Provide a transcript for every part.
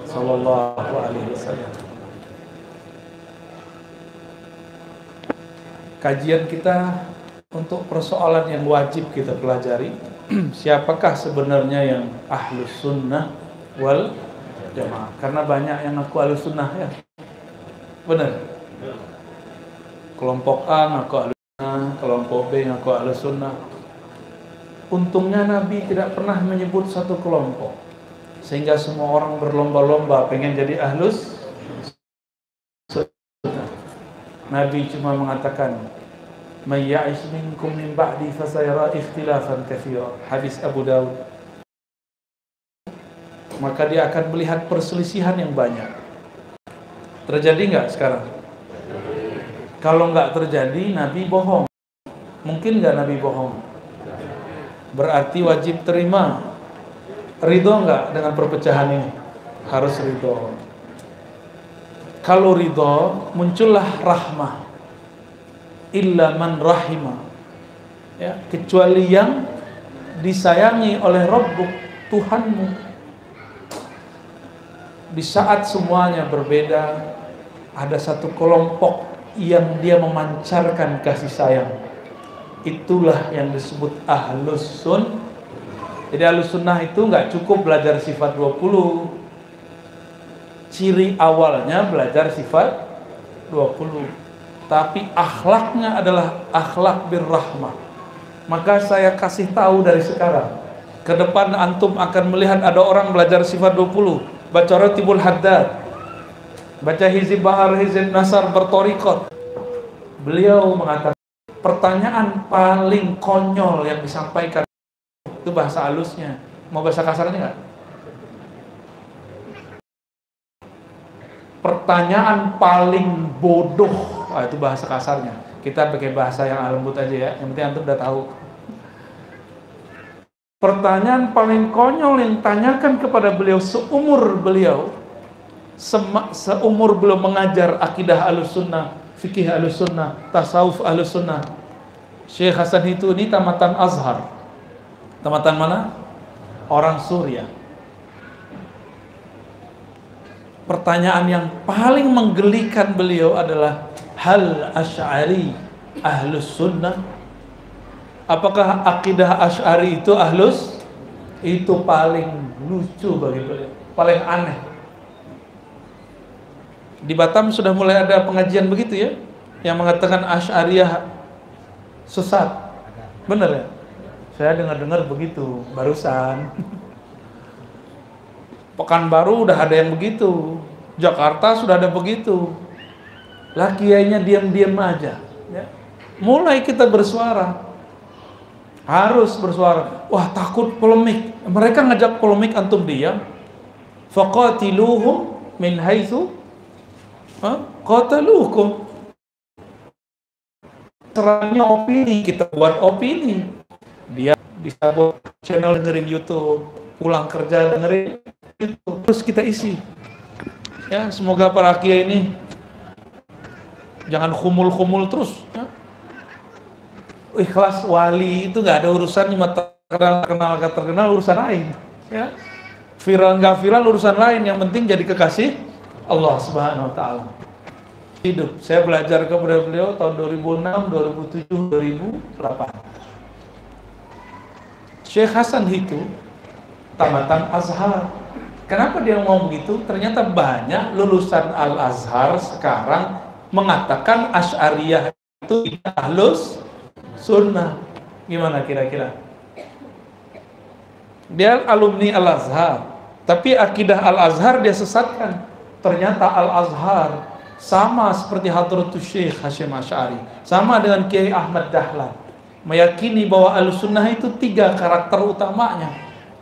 Sallallahu alaihi wasallam. Kajian kita untuk persoalan yang wajib kita pelajari, siapakah sebenarnya yang ahlus sunnah wal jamaah? Karena banyak yang ngaku ahlus sunnah ya, benar. Kelompok A ngaku ahlus sunnah, kelompok B ngaku ahlus sunnah. Untungnya Nabi tidak pernah menyebut satu kelompok, sehingga semua orang berlomba-lomba pengen jadi ahlus sunnah. Nabi cuma mengatakan, "May ya'ish minkum min ba'di fasayara ikhtilafan katsira." Hadis Abu Daud. Maka dia akan melihat perselisihan yang banyak. Terjadi nggak sekarang? Kalau nggak terjadi, Nabi bohong. Mungkin nggak Nabi bohong? Berarti wajib terima. Ridho nggak dengan perpecahan ini? Harus ridho. Kalau ridho, muncullah rahmah. Illa man rahimah, ya, kecuali yang disayangi oleh Rabbuk, Tuhanmu. Di saat semuanya berbeda, ada satu kelompok yang dia memancarkan kasih sayang. Itulah yang disebut ahlus sunnah. Jadi ahlus sunnah itu nggak cukup belajar sifat 20. Ciri awalnya belajar sifat 20, tapi akhlaknya adalah akhlak birrahmah. Maka saya kasih tahu dari sekarang, ke depan antum akan melihat ada orang belajar sifat 20, baca Ratibul Haddad, baca Hizib Bahar, Hizib Nasar, bertorikot. Beliau mengatakan pertanyaan paling konyol yang disampaikan itu bahasa halusnya. Mau bahasa kasarnya nggak? Pertanyaan paling bodoh, itu bahasa kasarnya. Kita pakai bahasa yang lembut aja ya. Yang penting antum udah tahu. Pertanyaan paling konyol yang tanyakan kepada beliau seumur beliau, seumur beliau mengajar akidah Ahlus Sunnah, fikih Ahlus Sunnah, tasawuf Ahlus Sunnah. Syekh Hasan itu ini tamatan Azhar. Tamatan mana? Orang Suriah. Pertanyaan yang paling menggelikan beliau adalah, hal Asy'ari ahlus sunnah? Apakah akidah Asy'ari itu ahlus? Itu paling lucu bagi beliau, paling aneh. Di Batam sudah mulai ada pengajian begitu ya, yang mengatakan Asy'ariyah sesat. Benar ya? Saya dengar-dengar begitu barusan. Pekanbaru udah ada yang begitu, Jakarta sudah ada begitu. Lah kiainya diam-diam aja ya. Mulai kita bersuara, harus bersuara. Wah, takut polemik, mereka ngajak polemik, antum diam. Faqatiluhum min haitsu qataluukum. Serangnya opini, kita buat opini. Dia bisa buat channel dengerin YouTube, pulang kerja dengerin itu, terus kita isi ya. Semoga para kiai ini jangan khumul-khumul terus ya. Ikhlas wali itu nggak ada urusan cuma terkenal urusan lain ya. Viral nggak viral urusan lain, yang penting jadi kekasih Allah Subhanahu wa taala. Hidup saya belajar kepada beliau tahun 2006, 2007, 2008. Syekh Hasan itu tamatan Azhar. Kenapa dia ngomong begitu? Ternyata banyak lulusan Al-Azhar sekarang mengatakan Asy'ariyah itu ahlus sunnah. Gimana kira-kira? Dia alumni Al-Azhar, tapi akidah Al-Azhar dia sesatkan. Ternyata Al-Azhar sama seperti Hadratus Syekh Hasyim Asy'ari, sama dengan Kiai Ahmad Dahlan, meyakini bahwa Ahlussunnah itu 3 karakter utamanya: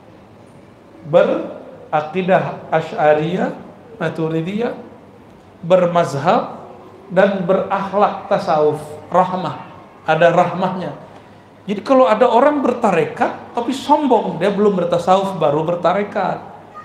berakidah Asy'ariyah, Maturidiyah, bermazhab, dan berakhlak tasawuf, rahmah, ada rahmahnya. Jadi kalau ada orang bertarekat tapi sombong, dia belum bertasawuf baru bertarekat.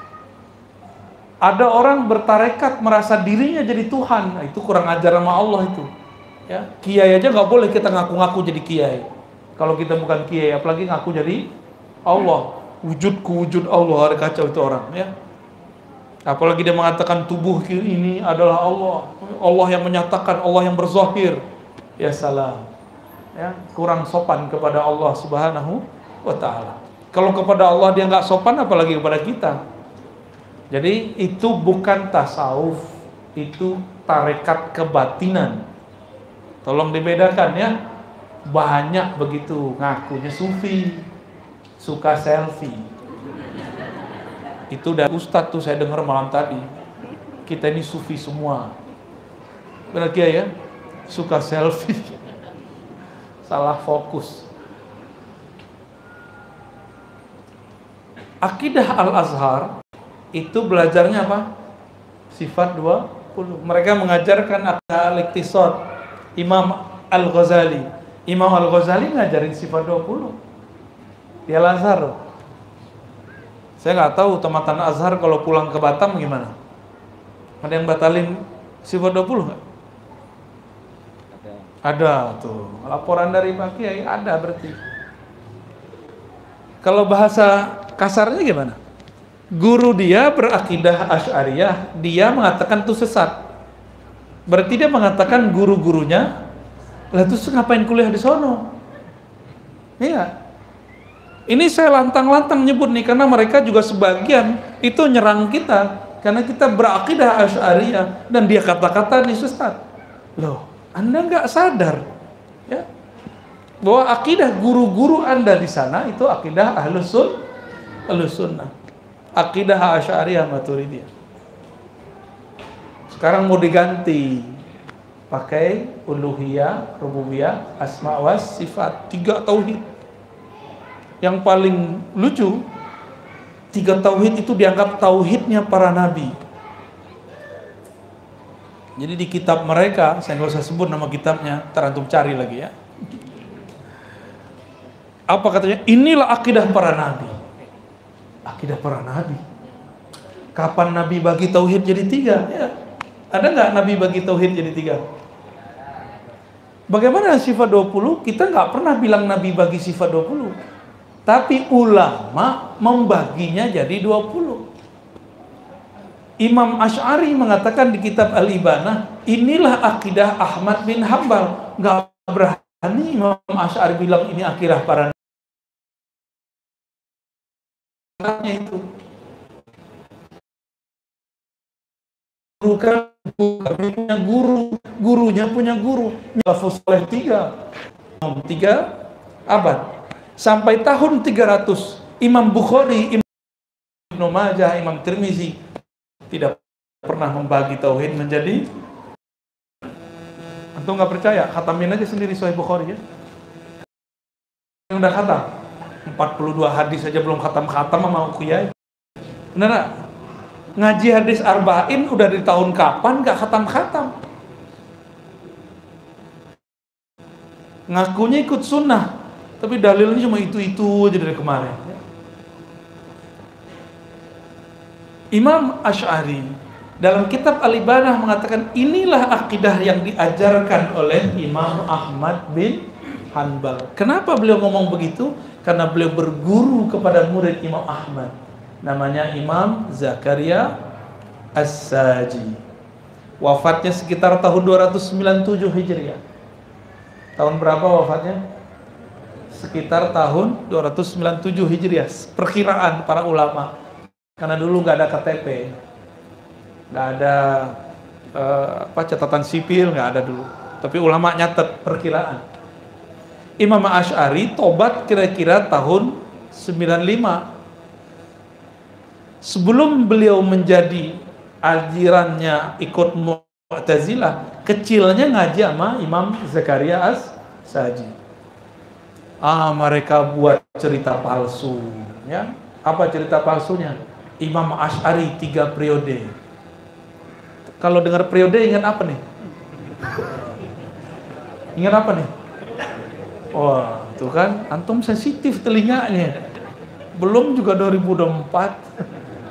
Ada orang bertarekat merasa dirinya jadi Tuhan, nah, itu kurang ajar sama Allah itu. Ya, kiai aja nggak boleh kita ngaku-ngaku jadi kiai. Kalau kita bukan kiai, apalagi ngaku jadi Allah. Wujud Allah, ada kacau itu orang ya. Apalagi dia mengatakan tubuh ini adalah Allah, Allah yang menyatakan, Allah yang berzahir. Ya salam, ya, kurang sopan kepada Allah Subhanahu wa ta'ala. Kalau kepada Allah dia nggak sopan, apalagi kepada kita. Jadi itu bukan tasawuf, itu tarekat kebatinan. Tolong dibedakan ya. Banyak begitu ngakunya sufi, suka selfie. Itu dari ustadz tuh saya dengar malam tadi. Kita ini sufi semua. Benar ya? Suka selfie. Salah fokus. Akidah Al-Azhar itu belajarnya apa? Sifat 20. Mereka mengajarkan al-iqtisad. Imam Al-Ghazali. Imam Al-Ghazali ngajarin sifat 20 di Al-Azhar. Saya nggak tahu tamatan Azhar kalau pulang ke Batam gimana. Ada yang batalin sifat 20 nggak? Ada tuh. Laporan dari Pak Kiai ada berarti. Kalau bahasa kasarnya gimana? Guru dia berakidah Asy'ariyah, dia mengatakan itu sesat. Berarti dia mengatakan guru-gurunya, lah terus ngapain kuliah di sono? Iya. Ini saya lantang-lantang nyebut nih karena mereka juga sebagian itu nyerang kita karena kita berakidah Asy'ariyah dan dia kata-kata ini sesat. Loh, Anda nggak sadar ya bahwa akidah guru-guru Anda di sana itu akidah Ahlus Sunnah. Akidah Asy'ariyah Maturidiyah. Sekarang mau diganti pakai uluhiyah, rububiyah, asma wa sifat, 3 tauhid. Yang paling lucu, 3 tauhid itu dianggap tauhidnya para nabi. Jadi di kitab mereka, saya nggak usah sebut nama kitabnya, terantum cari lagi ya. Apa katanya? Inilah akidah para nabi. Akidah para nabi. Kapan nabi bagi tauhid jadi 3? Ya. Ada nggak nabi bagi tauhid jadi 3? Bagaimana sifat 20? Kita nggak pernah bilang nabi bagi sifat 20. Tapi ulama membaginya jadi 20. Imam Asy'ari mengatakan di kitab Al-Ibanah, inilah akidah Ahmad bin Hanbal. Nggak berani Imam Asy'ari bilang ini akidah para nabi itu. Bukan punya guru, gurunya punya guru. Salafus saleh 3 abad. Sampai tahun 300 Imam Bukhari, Imam Ibnu Majah, Imam Tirmizi tidak pernah membagi tauhid menjadi. Antum nggak percaya? Khatamin aja sendiri Sahih Bukhari ya. Yang udah khatam 42 hadis saja belum khatam-khatam sama Kiai. Benar gak? Ngaji hadis arba'in udah di tahun kapan gak khatam-khatam? Ngakunya ikut sunnah, tapi dalilnya cuma itu-itu aja dari kemarin. Imam Asy'ari dalam kitab Al-Ibanah mengatakan inilah akidah yang diajarkan oleh Imam Ahmad bin Hanbal. Kenapa beliau ngomong begitu? Karena beliau berguru kepada murid Imam Ahmad. Namanya Imam Zakaria As-Saji. Wafatnya sekitar tahun 297 Hijriah. Tahun berapa wafatnya? Sekitar tahun 297 Hijriah. Perkiraan para ulama. Karena dulu nggak ada KTP, nggak ada catatan sipil, nggak ada dulu. Tapi ulama nyatet perkiraan. Imam Asy'ari tobat kira-kira tahun 95. Sebelum beliau menjadi alirannya ikut Mu'tazilah, kecilnya ngaji sama Imam Zakaria As-Saji. Mereka buat cerita palsu, ya. Apa cerita palsunya? Imam Asy'ari 3 periode. Kalau dengar periode ingat apa nih? Ingat apa nih? Wah, tuh kan, antum sensitif telinganya. Belum juga 2024.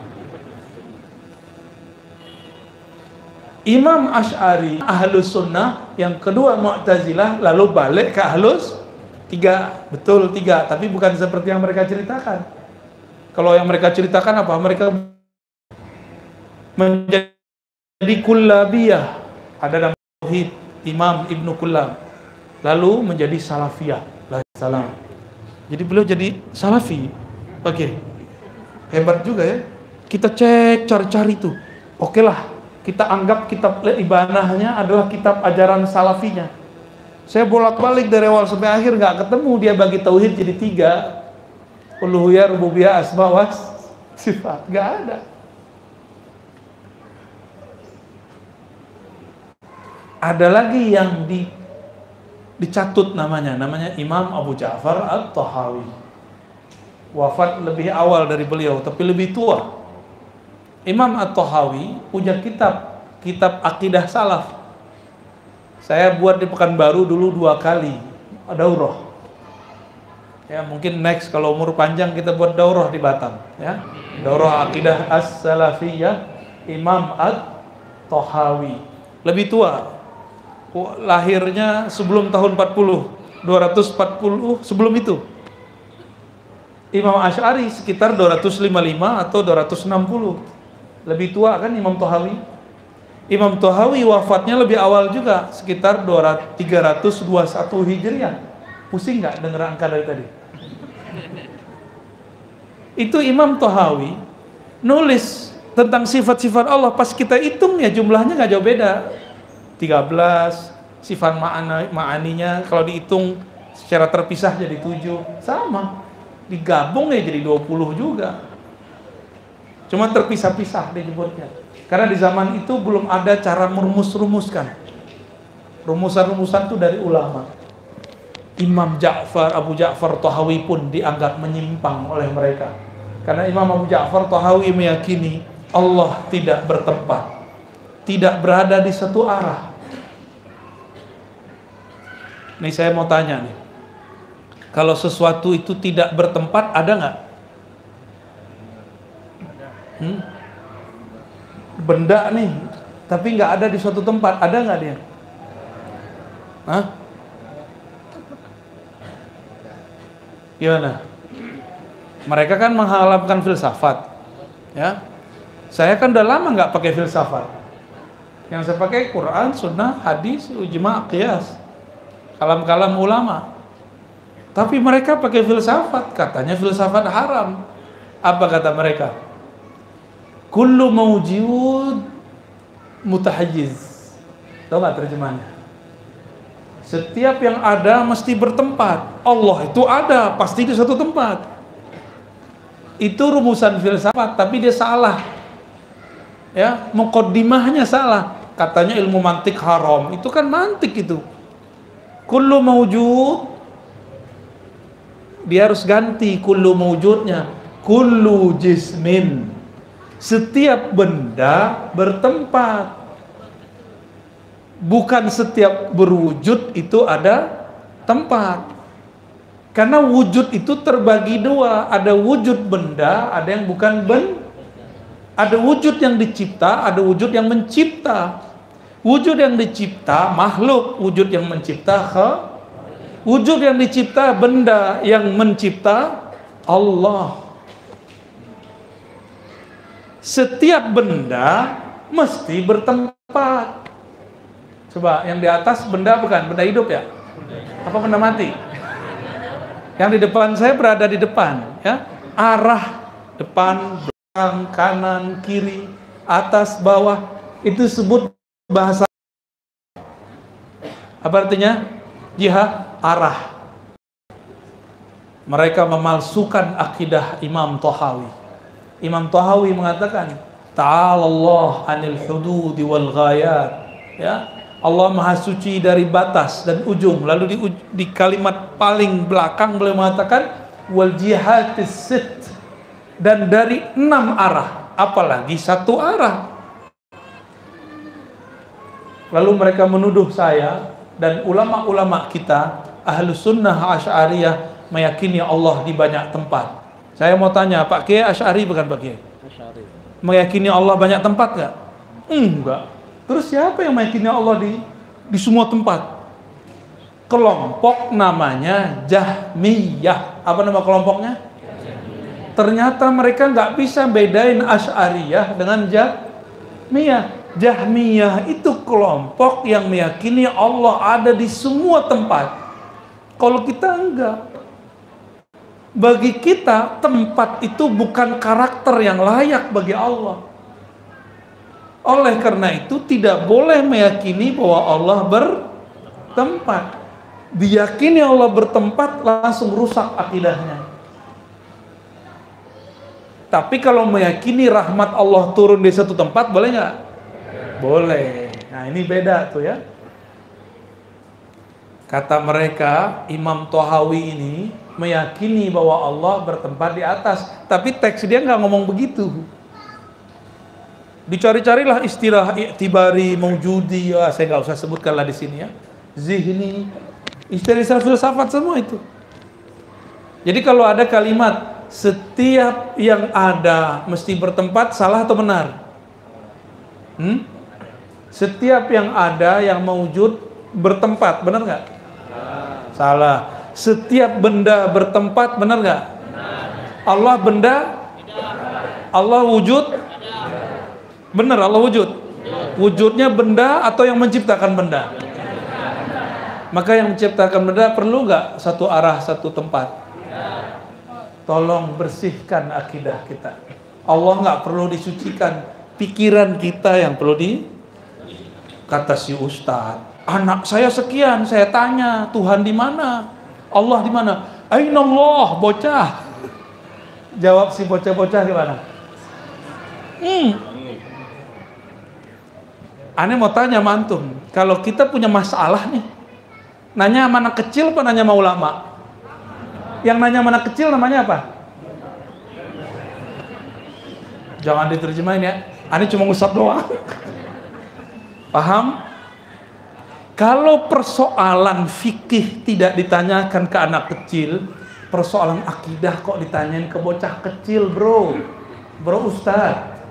Imam Asy'ari Ahlus Sunnah, yang kedua Mu'tazilah, lalu balik ke Ahlus 3. Betul 3, tapi bukan seperti yang mereka ceritakan. Kalau yang mereka ceritakan apa? Mereka menjadi kullabiyah, ada nama tauhid Imam Ibnu Kullab, lalu menjadi salafiyah. Salam. Jadi beliau jadi salafi. Oke. Hebat juga ya. Kita cek cari-cari tuh. Oke lah, kita anggap kitab Ibanahnya adalah kitab ajaran salafinya. Saya bolak-balik dari awal sampai akhir nggak ketemu dia bagi tauhid jadi 3. Uluhiyah, rububiyah, asma wa sifat. Nggak ada. Ada lagi yang dicatut namanya Imam Abu Ja'far At-Tahawi. Wafat lebih awal dari beliau, tapi lebih tua. Imam At-Tahawi punya kitab akidah salaf. Saya buat di Pekanbaru dulu 2 kali daurah. Ya, mungkin next kalau umur panjang kita buat daurah di Batam, ya. Daurah akidah as-salafiyah Imam At-Tahawi. Lebih tua. Lahirnya sebelum tahun 40, 240 sebelum itu. Imam Asy'ari sekitar 255 atau 260. Lebih tua kan Imam Tahawi. Imam Tahawi wafatnya lebih awal juga, sekitar 321 Hijriah. Pusing nggak dengar angka dari tadi? Itu Imam Tahawi nulis tentang sifat-sifat Allah, pas kita hitung ya jumlahnya nggak jauh beda. 13 sifat ma'aninya kalau dihitung secara terpisah jadi 7, sama. Digabung ya jadi 20 juga. Cuma terpisah-pisah disebutnya. Karena di zaman itu belum ada cara merumus-rumuskan. Rumusan-rumusan itu dari ulama. Imam Abu Ja'far Tahawi pun dianggap menyimpang oleh mereka. Karena Imam Abu Ja'far Tahawi meyakini Allah tidak bertempat, tidak berada di satu arah. Nih saya mau tanya nih, kalau sesuatu itu tidak bertempat, ada nggak? Benda nih, tapi nggak ada di suatu tempat, ada nggak dia? Hah? Gimana? Mereka kan mengharapkan filsafat, ya. Saya kan udah lama nggak pakai filsafat. Yang saya pakai Quran, Sunnah, Hadis, Ijma', Qiyas, kalam-kalam ulama. Tapi mereka pakai filsafat, katanya filsafat haram. Apa kata mereka? Kullu mawjud mutahayyiz. Tahu nggak terjemahannya? Setiap yang ada mesti bertempat. Allah itu ada, pasti di satu tempat. Itu rumusan filsafat, tapi dia salah. Ya, muqaddimahnya salah. Katanya ilmu mantik haram. Itu kan mantik itu. Kullu mawjud, dia harus ganti kullu mawjudnya. Kullu jismin, setiap benda bertempat. Bukan setiap berwujud itu ada tempat. Karena wujud itu terbagi 2. Ada wujud benda, ada yang bukan benda. Ada wujud yang dicipta, ada wujud yang mencipta. Wujud yang dicipta makhluk, wujud yang mencipta wujud yang dicipta benda, yang mencipta Allah. Setiap benda mesti bertempat. Coba yang di atas benda bukan? Benda hidup ya? Apa benda mati? Yang di depan saya berada di depan, ya. Arah depan, belakang, kanan, kiri, atas, bawah, itu sebut bahasa. Apa artinya? Jihad, arah. Mereka memalsukan akidah Imam Tahawi. Imam Tahawi mengatakan, Ta'ala Allah anil hududi wal ghayat. Ya, Allah Maha Suci dari batas dan ujung. Lalu di kalimat paling belakang beliau mengatakan wal jihatis sit, dan dari 6 arah, apalagi 1 arah. Lalu mereka menuduh saya dan ulama-ulama kita Ahlus Sunnah Asy'ariyah meyakini Allah di banyak tempat. Saya mau tanya, Pak Kiai Asy'ari bukan Pak Kiai? Asy'ari. Meyakini Allah banyak tempat enggak? Enggak. Terus siapa yang meyakini Allah di semua tempat? Kelompok namanya Jahmiyah. Apa nama kelompoknya? Ternyata mereka nggak bisa bedain Asy'ariyah dengan Jahmiyah itu kelompok yang meyakini Allah ada di semua tempat. Kalau kita enggak. Bagi kita tempat itu bukan karakter yang layak bagi Allah. Oleh karena itu tidak boleh meyakini bahwa Allah bertempat. Diyakini Allah bertempat langsung rusak akidahnya. Tapi kalau meyakini rahmat Allah turun di satu tempat, boleh nggak? Boleh. Nah ini beda tuh ya. Kata mereka, Imam Tohawi ini meyakini bahwa Allah bertempat di atas. Tapi teks dia nggak ngomong begitu. Dicari-carilah istilah i'tibari, maujudi, ya saya nggak usah sebutkan lah di sini ya. Zihni, istilah filsafat semua itu. Jadi kalau ada kalimat setiap yang ada mesti bertempat, salah atau benar? Setiap yang ada yang mewujud bertempat, benar nggak? Salah. Setiap benda bertempat, benar nggak? Allah benda? Allah wujud? Benar, Allah wujud. Wujudnya benda atau yang menciptakan benda? Maka yang menciptakan benda perlu nggak satu arah, satu tempat? Tolong bersihkan akidah kita. Allah nggak perlu disucikan, pikiran kita yang perlu kata si Ustadz. Anak saya sekian, saya tanya Tuhan di mana? Allah di mana? Aina Allah, bocah. Jawab si bocah-bocah gimana? Aneh mau tanya sama antum, kalau kita punya masalah nih, nanya sama anak kecil apa nanya sama ulama? Yang nanya sama anak kecil namanya apa? Jangan diterjemahin ya. Aneh cuma ngusap doang. Paham? Kalau persoalan fikih tidak ditanyakan ke anak kecil, persoalan akidah kok ditanyain ke bocah kecil, bro ustaz.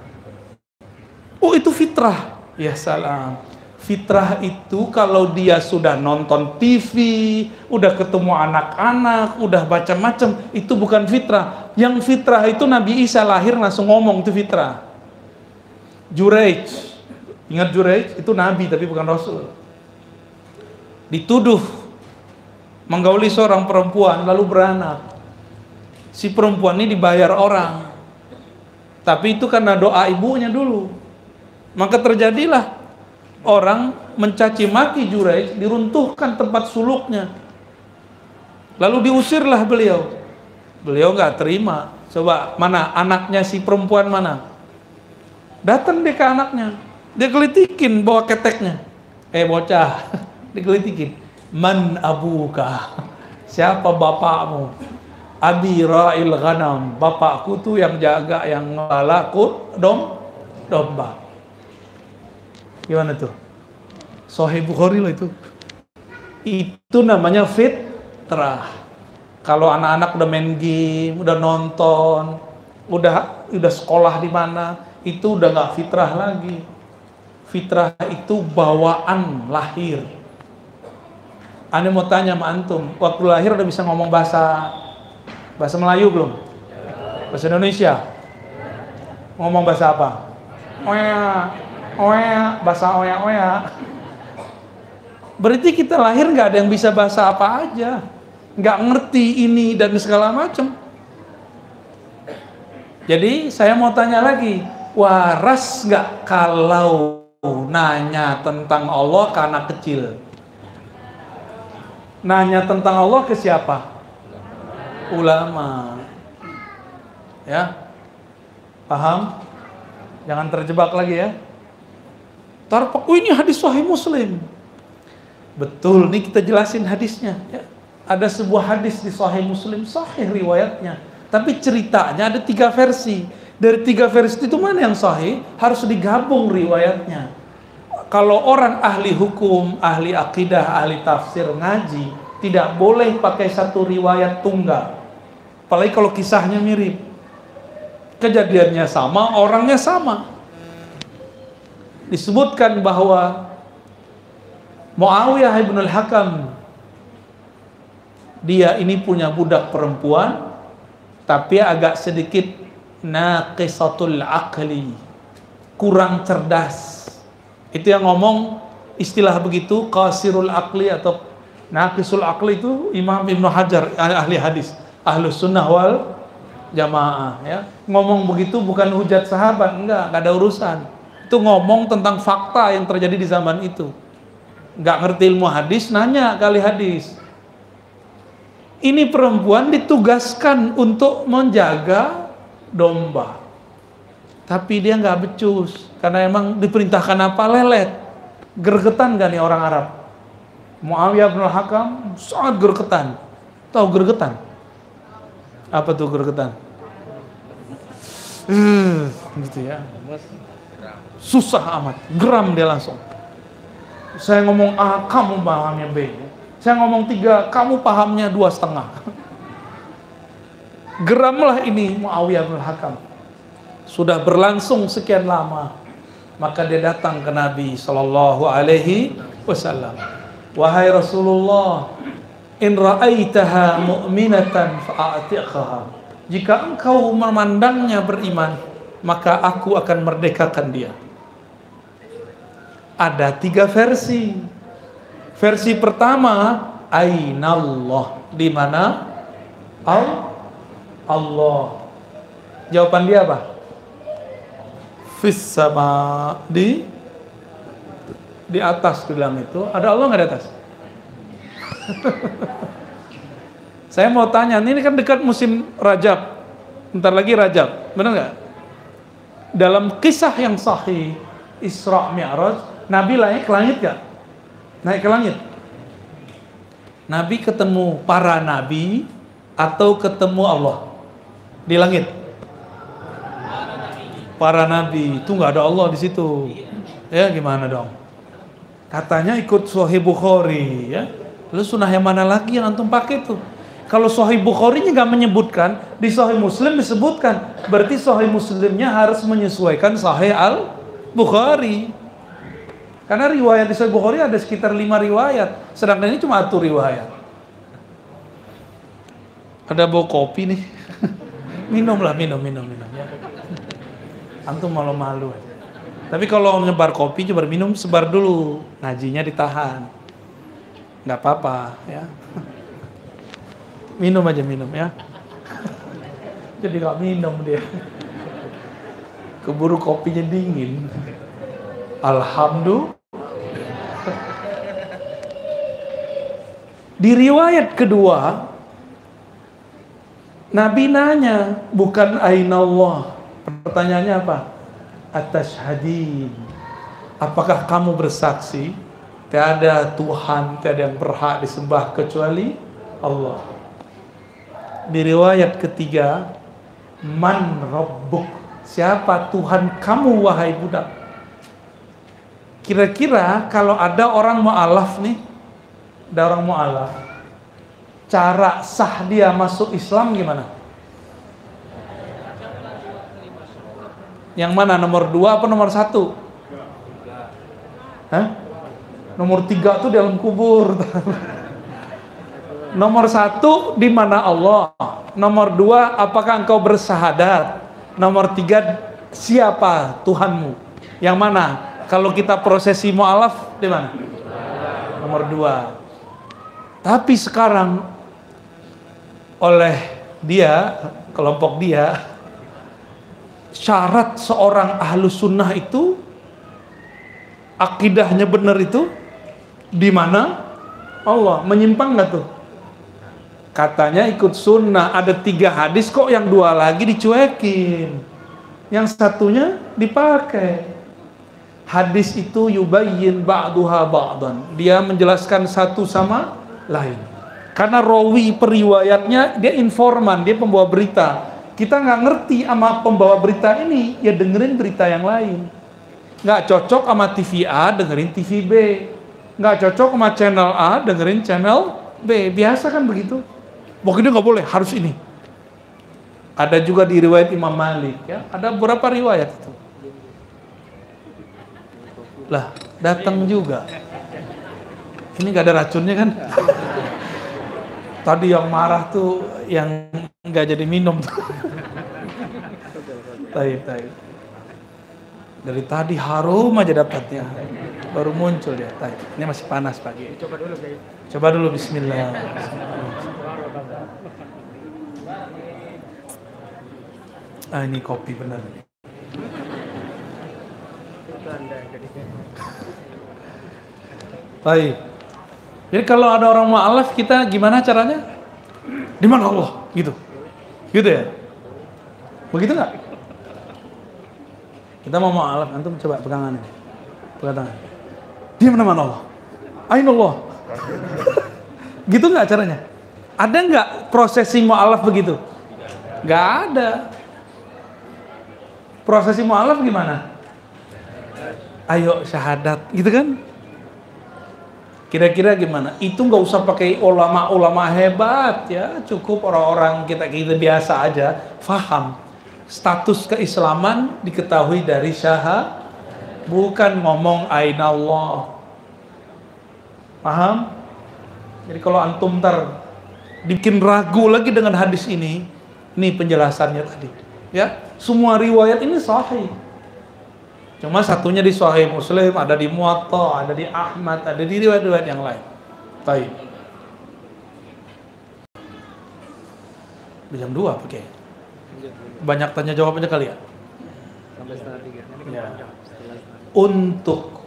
Oh itu fitrah. Ya salam. Fitrah itu kalau dia sudah nonton TV, udah ketemu anak-anak, udah macam-macam, itu bukan fitrah. Yang fitrah itu Nabi Isa lahir langsung ngomong, itu fitrah. Juraij, ingat Juraij? Itu Nabi tapi bukan Rasul. Dituduh menggauli seorang perempuan lalu beranak. Si perempuan ini dibayar orang. Tapi itu karena doa ibunya dulu. Maka terjadilah orang mencaci maki Juraij, diruntuhkan tempat suluknya. Lalu diusirlah beliau. Beliau nggak terima. Coba mana anaknya si perempuan mana? Datang dia ke anaknya. Dia gelitikin bawa keteknya. Bocah, digelitikin. Man abuka? Siapa bapakmu? Abi ra'il ghanam. Bapakku tuh yang jaga, yang ngelola domba. Gimana tuh? Sahih Bukhari loh itu. Itu namanya fitrah. Kalau anak-anak udah main game, udah nonton, udah sekolah di mana, itu udah nggak fitrah lagi. Fitrah itu bawaan lahir. Ane mau tanya sama antum, waktu lahir udah bisa ngomong bahasa Melayu belum? Bahasa Indonesia? Ngomong bahasa apa? Bahasa oya. Berarti kita lahir nggak ada yang bisa bahasa apa aja, nggak ngerti ini dan segala macam. Jadi saya mau tanya lagi, waras nggak kalau nanya tentang Allah ke anak kecil? Nanya tentang Allah ke siapa? Ulama. Ya, paham? Jangan terjebak lagi ya. Ini hadis Sahih Muslim. Betul, nih kita jelasin hadisnya. Ya. Ada sebuah hadis di Sahih Muslim, sahih riwayatnya. Tapi ceritanya ada 3 versi. Dari 3 versi itu mana yang sahih? Harus digabung riwayatnya. Kalau orang ahli hukum, ahli akidah, ahli tafsir, ngaji, tidak boleh pakai satu riwayat tunggal. Apalagi kalau kisahnya mirip. Kejadiannya sama, orangnya sama. Disebutkan bahwa Muawiyah ibn al-Hakam, dia ini punya budak perempuan, tapi agak sedikit naqisatul aqli, kurang cerdas. Itu yang ngomong istilah begitu qasirul aqli atau naqisul aqli itu Imam Ibnu Hajar, ahli hadis, ahlus sunnah wal jamaah ya. Ngomong begitu bukan hujat sahabat, enggak ada urusan. Itu ngomong tentang fakta yang terjadi di zaman itu. Enggak ngerti ilmu hadis, nanya kali hadis. Ini perempuan ditugaskan untuk menjaga domba. Tapi dia nggak becus, karena emang diperintahkan apa, lelet. Gergetan gak nih orang Arab? Muawiyah bin Al-Hakam sangat gergetan. Tahu gergetan? Apa tuh gergetan? Gitu ya. Susah amat, geram dia langsung. Saya ngomong A, kamu pahamnya B. Saya ngomong 3, kamu pahamnya 2,5. Geramlah ini Muawiyah bin Al-Hakam. Sudah berlangsung sekian lama, maka dia datang ke Nabi Sallallahu Alaihi Wasallam. Wahai Rasulullah, in ra'aitaha mu'minatan fa'atiqaha. Jika engkau memandangnya beriman, maka aku akan merdekakan dia. Ada 3 versi. Versi pertama, Ainallah, di mana Allah. Jawaban dia apa? Fis sama, di atas bilang itu. Ada Allah nggak di atas? Saya mau tanya, ini kan dekat musim Rajab, bentar lagi Rajab, benar nggak? Dalam kisah yang sahih Isra Mi'raj, Nabi naik ke langit nggak? Naik ke langit. Nabi ketemu para nabi atau ketemu Allah di langit? Para nabi, itu nggak ada Allah di situ. Ya gimana dong? Katanya ikut Sahih Bukhari, ya. Lalu sunnah yang mana lagi yang antum pakai tuh? Kalau Sahih Bukhari-nya nggak menyebutkan, di Sahih Muslim disebutkan. Berarti Sahih Muslimnya harus menyesuaikan Sahih Al Bukhari. Karena riwayat di Sahih Bukhari ada sekitar 5 riwayat, sedangkan ini cuma 1 riwayat. Ada bau kopi nih. Minumlah, minum ya. Antum malu-malu aja. Tapi kalau nyebar kopi, coba minum, sebar dulu. Ngajinya ditahan. Nggak apa-apa, ya. Minum aja, minum ya. Jadi nggak minum dia. Keburu kopinya dingin. Alhamdulillah. Di riwayat kedua, Nabi nanya, bukan Ainallah. Pertanyaannya apa? Atashhadin, apakah kamu bersaksi tiada Tuhan, tiada yang berhak disembah kecuali Allah? Di riwayat ketiga, man rabbuk, siapa Tuhan kamu wahai budak? Kira-kira kalau ada orang mu'alaf nih, ada orang mu'alaf, cara sah dia masuk Islam gimana? Yang mana? Nomor 2 apa nomor 1? Hah? Nomor 3 tuh di dalam kubur. Nomor 1 di mana Allah. Nomor 2 apakah engkau bersahadat. Nomor 3 siapa Tuhanmu. Yang mana? Kalau kita prosesi mu'alaf di mana? Nomor 2. Tapi sekarang oleh dia, kelompok dia, syarat seorang ahlu sunnah itu, akidahnya benar itu di mana? Allah. Menyimpang nggak tuh? Katanya ikut sunnah, ada 3 hadis kok, yang 2 lagi dicuekin, yang satunya dipakai. Hadis itu yubayyin ba'duha ba'dan, dia menjelaskan satu sama lain. Karena rawi periwayatnya dia informan, dia pembawa berita. Kita nggak ngerti sama pembawa berita ini, ya dengerin berita yang lain. Nggak cocok sama TV A, dengerin TV B. Nggak cocok sama channel A, dengerin channel B. Biasa kan begitu. Pokoknya nggak boleh, harus ini. Ada juga di riwayat Imam Malik, ya. Ada beberapa riwayat itu. Lah, datang juga. Ini nggak ada racunnya kan? Tadi yang marah tuh yang nggak jadi minum tuh. Taib. Dari tadi harum aja dapatnya. Baru muncul dia. Ini masih panas pagi. Coba dulu bismillah. Ini kopi benar. Baik. Jadi kalau ada orang mu'alaf, kita gimana caranya? Di mana Allah? Gitu. Gitu ya? Begitu nggak? Kita mau mu'alaf, antum coba pegangan ini. Pegang tangan. Di mana Allah? Ainullah. Gitu nggak caranya? Ada nggak prosesi mu'alaf begitu? Nggak ada. Prosesi mu'alaf gimana? Ayo syahadat, gitu kan? Kira-kira gimana? Itu nggak usah pakai ulama-ulama hebat ya, cukup orang-orang kita biasa aja faham. Status keislaman diketahui dari syahadat, bukan ngomong ainallah. Paham? Jadi kalau antum ntar bikin ragu lagi dengan hadis ini penjelasannya tadi. Ya, semua riwayat ini sahih. Cuma satunya di Sahih Muslim, ada di Muwatta, ada di Ahmad, ada di riwayat-riwayat yang lain. Baik. Jam 2 pakai. Banyak tanya jawab aja kali ya. Sampai setengah 3. Ya. Untuk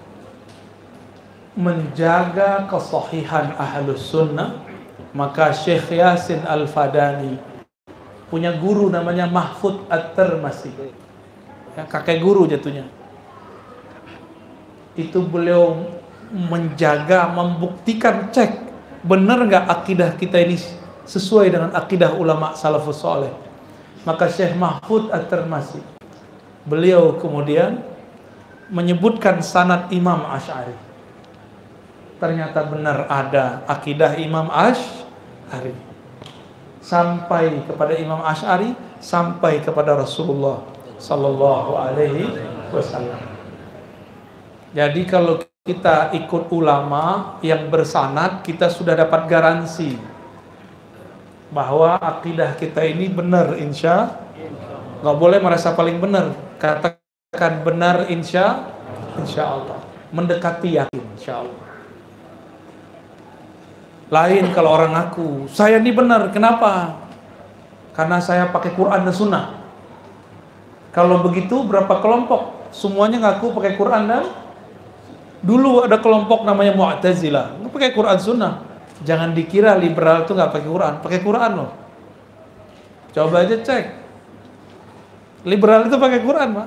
menjaga kesahihan Ahlus Sunnah, maka Syekh Yasin Al-Fadani punya guru namanya Mahfud At-Tirmidzi. Ya, kakek guru jatuhnya. Itu beliau menjaga, membuktikan, cek benar nggak akidah kita ini sesuai dengan akidah ulama salafus saleh. Maka Syekh Mahfud At-Tirmidzi beliau kemudian menyebutkan sanad Imam Asy'ari. Ternyata benar ada akidah Imam Asy'ari sampai kepada Imam Asy'ari, sampai kepada Rasulullah sallallahu alaihi wasallam. Jadi kalau kita ikut ulama yang bersanad, kita sudah dapat garansi bahwa akidah kita ini benar, insya. Nggak boleh merasa paling benar, katakan benar insya Allah, mendekati yakin insya Allah. Lain kalau orang ngaku saya ini benar, kenapa? Karena saya pakai Quran dan Sunnah. Kalau begitu berapa kelompok? Semuanya ngaku pakai Quran dan dulu ada kelompok namanya Mu'tazilah, nggak pakai Quran Sunnah. Jangan dikira liberal itu nggak pakai Quran, pakai Quran loh. Coba aja cek. Liberal itu pakai Quran, Pak.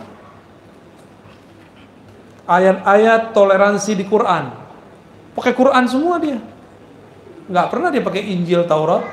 Ayat-ayat toleransi di Quran, pakai Quran semua dia. Nggak pernah dia pakai Injil, Taurat.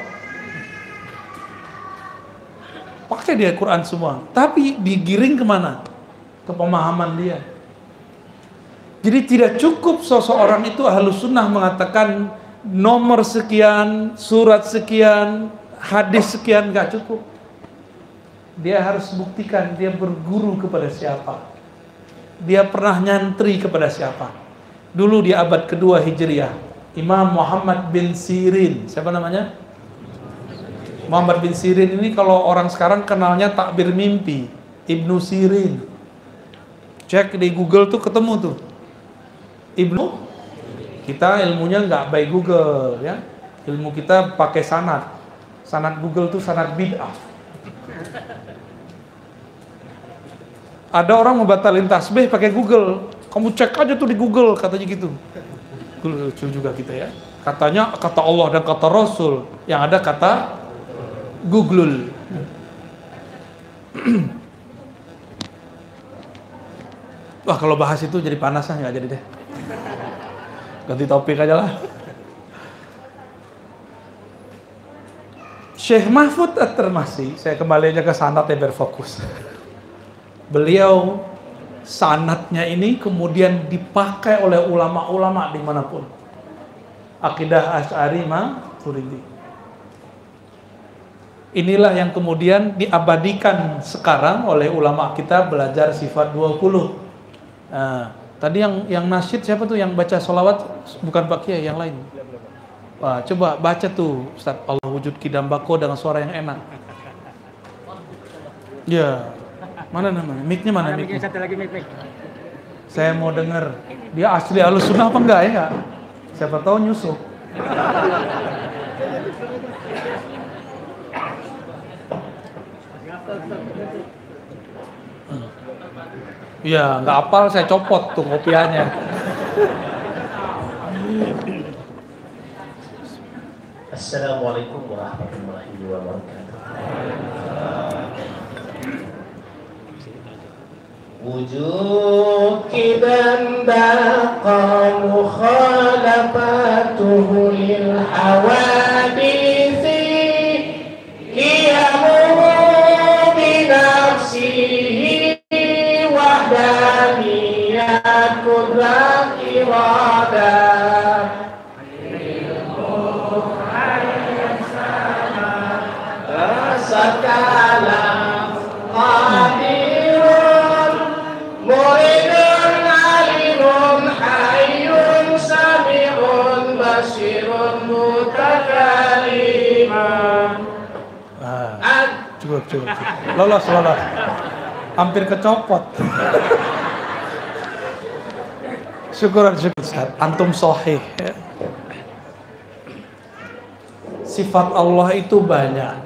Pakai dia Quran semua. Tapi digiring kemana? Ke pemahaman dia. Jadi tidak cukup seseorang itu Ahlus Sunnah mengatakan nomor sekian, surat sekian, hadis sekian, nggak cukup. Dia harus buktikan dia berguru kepada siapa, dia pernah nyantri kepada siapa. Dulu di abad kedua Hijriah, Imam Muhammad bin Sirin, siapa namanya? Muhammad bin Sirin ini kalau orang sekarang kenalnya takbir mimpi, Ibnu Sirin. Cek di Google tuh ketemu tuh. Ibnu, kita ilmunya nggak by Google ya, ilmu kita pakai sanad. Sanad Google tuh sanad bid'ah. Ada orang mau batalin tasbih pakai Google, kamu cek aja tuh di Google, katanya gitu. Lucu juga kita ya. Katanya kata Allah dan kata Rasul, yang ada kata Google. Wah kalau bahas itu jadi panas lah, nggak jadi deh. Ganti topik aja lah. Syekh Mahfud At-Tirmidzi, saya kembali aja ke sanad yang berfokus. Beliau sanadnya ini kemudian dipakai oleh ulama-ulama dimanapun. Akidah Asy'ari Maturidi. Inilah yang kemudian diabadikan sekarang oleh ulama kita belajar sifat 20. Nah, tadi yang nasyid siapa tuh yang baca sholawat? Bukan Pak Kiai, yang lain. Wah, coba baca tuh Ustaz, Allah wujud kidam bako dengan suara yang enak. Ya, mana namanya? Mic-nya mana? Mic-nya satu lagi, mic. Saya mau dengar dia asli Ahlussunnah apa enggak ya? Siapa tahu nyusup. Iya, nggak hafal saya copot tuh kopiannya. Assalamualaikum warahmatullahi wabarakatuh. Wujud kiban baqa mukhalafatuhu lil hawadisi qiyamuhu bi nafsihi wahdaniyat qudrat iradah sakalam qadirun muridun alimun hayyun sami'un basirun mutakaliman. Cukup. Lolos. Hampir kecopot. Syukur Ustaz. Antum sahih. Sifat Allah itu banyak.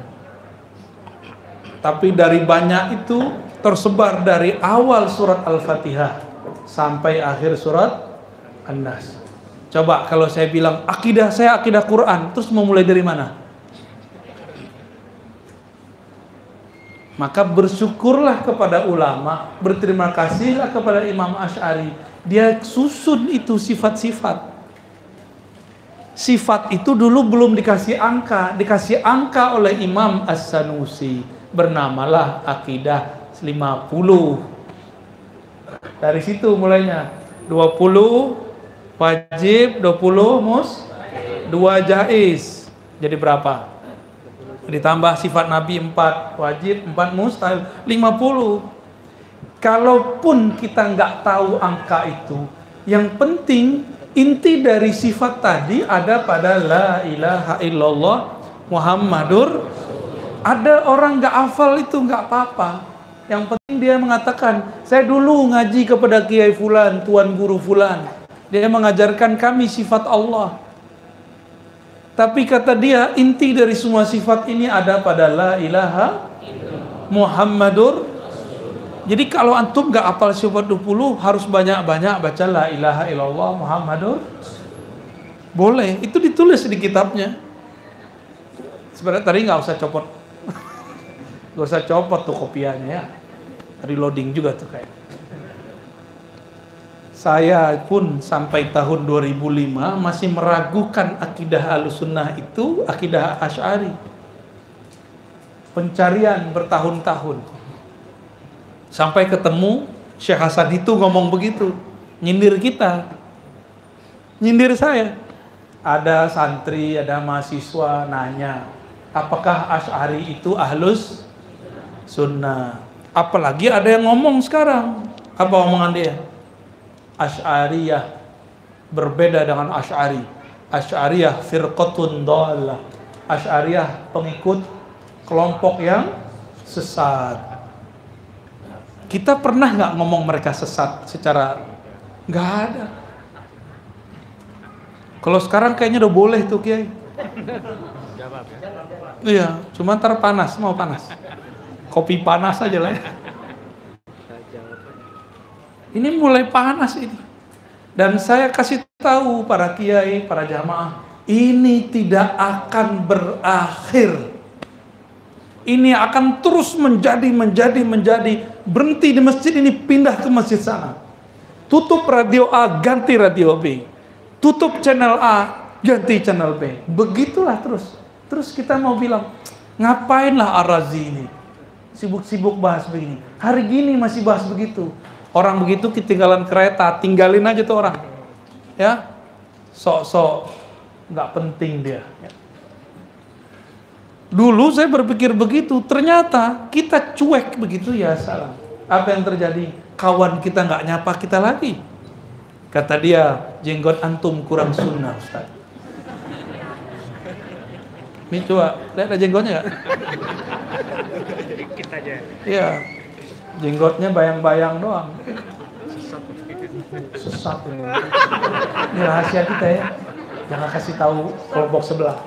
Tapi dari banyak itu tersebar dari awal surat Al-Fatihah sampai akhir surat An-Nas. Coba kalau saya bilang akidah saya akidah Quran, terus mau mulai dari mana? Maka bersyukurlah kepada ulama, berterima kasihlah kepada Imam Asy'ari. Dia susun itu sifat-sifat. Sifat itu dulu belum dikasih angka oleh Imam As-Sanusi. Bernamalah akidah 50. Dari situ mulainya 20 wajib, 20 2 jaiz. Jadi berapa? Ditambah sifat Nabi 4 wajib, 4 mustahil, 50. Kalaupun kita nggak tahu angka itu, yang penting inti dari sifat tadi ada pada la ilaha illallah Muhammadur. Ada orang nggak hafal itu nggak apa-apa. Yang penting dia mengatakan, saya dulu ngaji kepada Kiai Fulan, Tuan Guru Fulan. Dia mengajarkan kami sifat Allah. Tapi kata dia, inti dari semua sifat ini ada pada la ilaha Muhammadur. Jadi kalau antum nggak hafal sifat 20, harus banyak-banyak baca la ilaha illallah Muhammadur. Boleh, itu ditulis di kitabnya. Sebenarnya tadi nggak usah copot. Gak usah copot tuh kopiannya ya. Reloading juga tuh kayak. Saya pun sampai tahun 2005 masih meragukan akidah Ahlussunnah itu akidah Asy'ari. Pencarian bertahun-tahun. Sampai ketemu Syekh Hasan itu ngomong begitu. Nyindir kita. Nyindir saya. Ada santri, ada mahasiswa nanya, apakah Asy'ari itu Ahlus Sunnah? Apalagi ada yang ngomong sekarang. Apa omongan dia? Asy'ariyah berbeda dengan Asy'ari. Asy'ariyah firqatun dhalah. Asy'ariyah pengikut kelompok yang sesat. Kita pernah nggak ngomong mereka sesat secara nggak ada. Kalau sekarang kayaknya udah boleh tuh Kiai. Iya, cuma ntar panas, mau panas. Kopi panas aja lah ya. Ini mulai panas ini. Dan saya kasih tahu para kiai, para jamaah, ini tidak akan berakhir. Ini akan terus menjadi. Berhenti di masjid ini, pindah ke masjid sana. Tutup radio A, ganti radio B. Tutup channel A, ganti channel B. Begitulah terus. Terus kita mau bilang, ngapainlah Ar-Razi ini? Sibuk-sibuk bahas begini. Hari gini masih bahas begitu. Orang begitu ketinggalan kereta, tinggalin aja tuh orang. Ya, sok-sok nggak penting dia. Dulu saya berpikir begitu, ternyata kita cuek begitu ya salah. Apa yang terjadi? Kawan kita nggak nyapa kita lagi. Kata dia, jenggot antum kurang sunnah Ustaz. Ini coba, lihat ada jenggotnya nggak? Iya, jenggotnya bayang-bayang doang. Sesat ini. Ini rahasia kita ya. Jangan kasih tahu kelompok sebelah.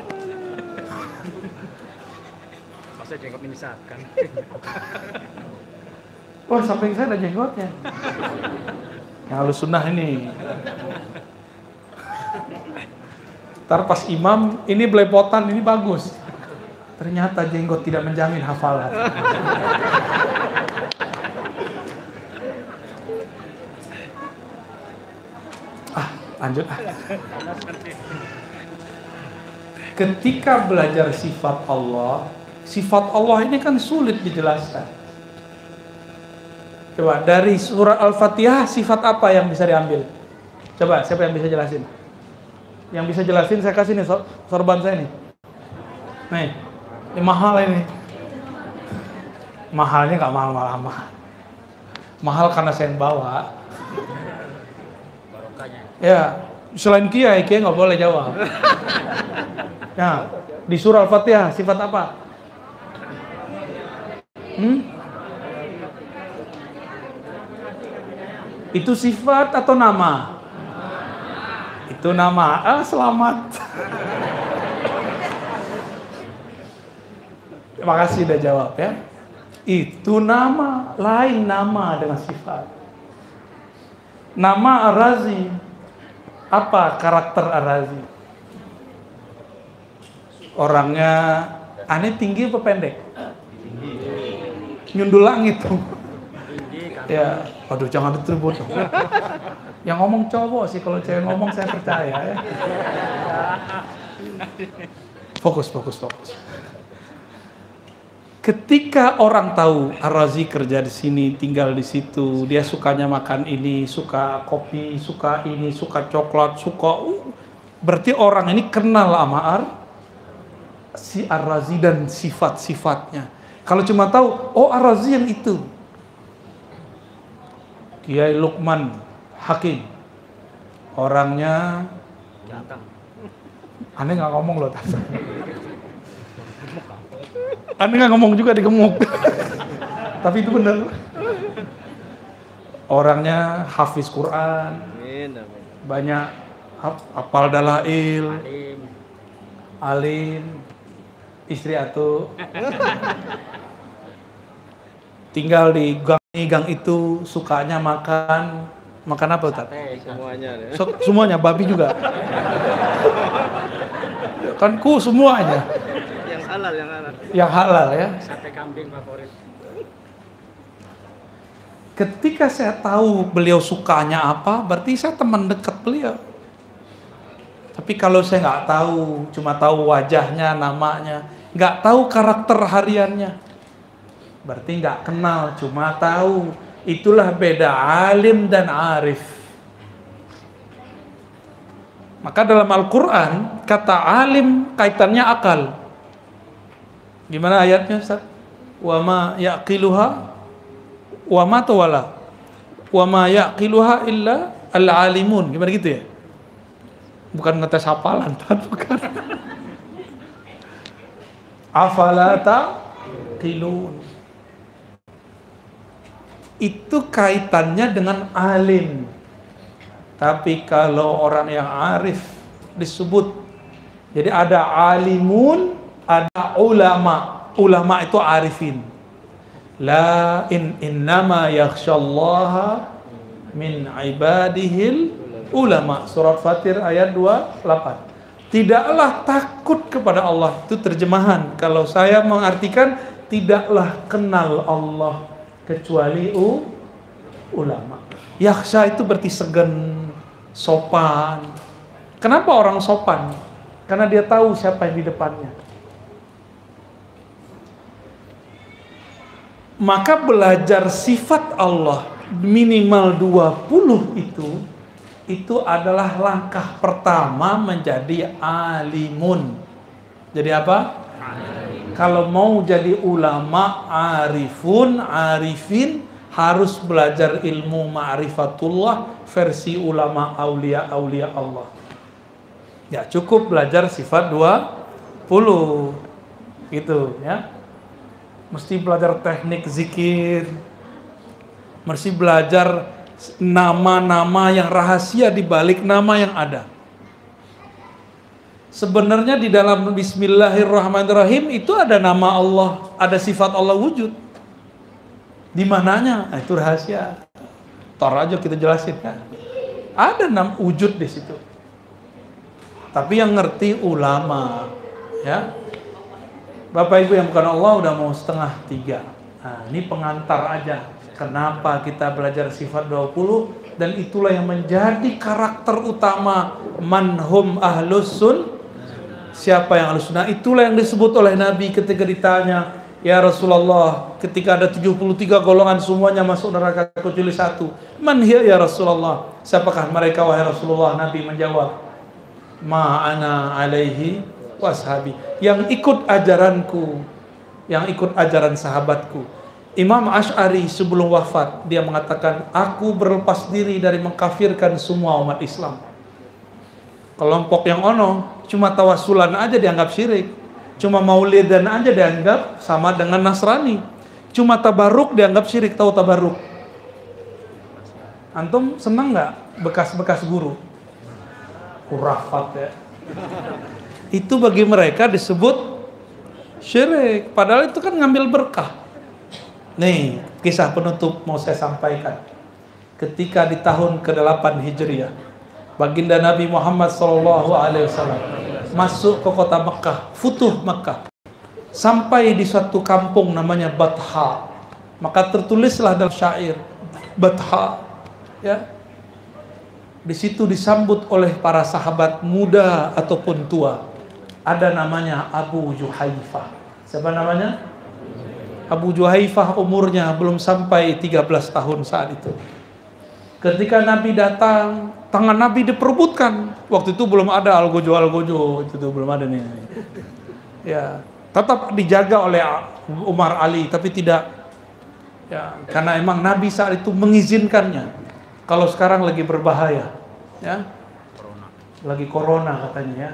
Masa jenggot menyesatkan. Wah, samping saya ada jenggotnya. Yang halus sunnah ini. Ntar pas imam, ini belepotan, ini bagus. Ternyata jenggot tidak menjamin hafalan. Lanjut. Ketika belajar sifat Allah ini kan sulit dijelaskan. Coba dari surah Al-Fatihah sifat apa yang bisa diambil? Coba siapa yang bisa jelasin? Yang bisa jelasin saya kasih nih sorban saya nih. Nih, ini mahal ini. Mahalnya nggak mahal-mahal amat. Mahal karena saya yang bawa. Ya, selain kiai nggak boleh jawab. Ya, di surah Al-Fatihah sifat apa? Itu sifat atau nama? Itu nama. Selamat. Terima kasih udah jawab ya. Itu nama, lain nama dengan sifat. Nama Ar-Razi. Apa karakter Ar-Razi? Orangnya aneh tinggi apa pendek? Nyundul langit tuh. Ya, waduh jangan diteribut. Yang ngomong cowok sih, kalau cewek ngomong saya percaya ya. Fokus. Ketika orang tahu Ar-Razi kerja di sini, tinggal di situ, dia sukanya makan ini, suka kopi, suka ini, suka coklat, berarti orang ini kenal sama si Ar-Razi dan sifat-sifatnya. Kalau cuma tahu, oh Ar-Razi yang itu. Kiai Luqman Hakim. Orangnya aneh nggak ngomong loh. Aneh nggak ngomong juga digemuk. Tapi itu benar. Orangnya hafiz Quran. Banyak hafal dalail. Alim. Istri atuh. Tinggal di gang itu, sukanya makan apa Ustaz? Semuanya. Semuanya, babi juga. Kan semuanya. Yang halal ya. Sate kambing favorit. Ketika saya tahu beliau sukanya apa, berarti saya teman dekat beliau. Tapi kalau saya nggak tahu, cuma tahu wajahnya, namanya, nggak tahu karakter hariannya, berarti nggak kenal, cuma tahu. Itulah beda alim dan arif. Maka dalam Al-Quran, kata alim kaitannya akal. Gimana ayatnya Ustaz? Wa ma yaqiluha wa ma tawala wa ma yaqiluha illa al-alimun. Gimana gitu ya? Bukan ngetes hafalan, bukan. Afala taqilun. Itu kaitannya dengan alim. Tapi kalau orang yang arif disebut, jadi ada alimun, ada ulama. Ulama itu arifin. La innama yakhshallaha min ibadihil ulama. Surat Fatir ayat 28. Tidaklah takut kepada Allah. Itu terjemahan. Kalau saya mengartikan, tidaklah kenal Allah kecuali ulama. Yakhsha itu berarti segan, sopan. Kenapa orang sopan? Karena dia tahu siapa yang di depannya. Maka belajar sifat Allah minimal 20 itu adalah langkah pertama menjadi alimun. Jadi apa? Kalau mau jadi ulama, arifin, harus belajar ilmu ma'rifatullah versi ulama aulia Allah. Ya cukup belajar sifat 20 gitu ya. Mesti belajar teknik zikir, mesti belajar nama-nama yang rahasia di balik nama yang ada. Sebenarnya di dalam Bismillahirrahmanirrahim itu ada nama Allah, ada sifat Allah wujud. Di mananya? Nah, itu rahasia. Tar aja kita jelasin kan. Ada nama wujud di situ. Tapi yang ngerti ulama, ya. Bapak Ibu yang bukan Allah udah mau 2:30. Nah, ini pengantar aja. Kenapa kita belajar sifat 20 dan itulah yang menjadi karakter utama manhum ahlus sun. Siapa yang ahlus sunnah? Itulah yang disebut oleh Nabi ketika ditanya, "Ya Rasulullah, ketika ada 73 golongan semuanya masuk neraka kecuali satu. Man hiya ya Rasulullah? Siapakah mereka wahai Rasulullah?" Nabi menjawab, "Ma ana alaihi washabi." Yang ikut ajaranku, yang ikut ajaran sahabatku. Imam Asy'ari sebelum wafat dia mengatakan, "Aku berlepas diri dari mengkafirkan semua umat Islam." Kelompok yang ono cuma tawasulan aja dianggap syirik, cuma maulidan aja dianggap sama dengan Nasrani, cuma tabaruk dianggap syirik. Tahu tabaruk? Antum senang nggak bekas-bekas guru? Khurafat ya. Itu bagi mereka disebut syirik, padahal itu kan ngambil berkah. Nih, kisah penutup mau saya sampaikan. Ketika di tahun ke-8 Hijriah, baginda Nabi Muhammad SAW masuk ke kota Mekah, futuh Mekah. Sampai di suatu kampung namanya Batha. Maka tertulislah dalam syair Batha, ya. Di situ disambut oleh para sahabat muda ataupun tua. Ada namanya Abu Juhaifah. Siapa namanya? Abu Juhaifah umurnya belum sampai 13 tahun saat itu. Ketika Nabi datang, tangan Nabi diperebutkan. Waktu itu belum ada algojo itu tuh belum ada nih. Ya, tetap dijaga oleh Umar Ali, tapi tidak. Ya, karena emang Nabi saat itu mengizinkannya. Kalau sekarang lagi berbahaya, ya, lagi corona katanya ya.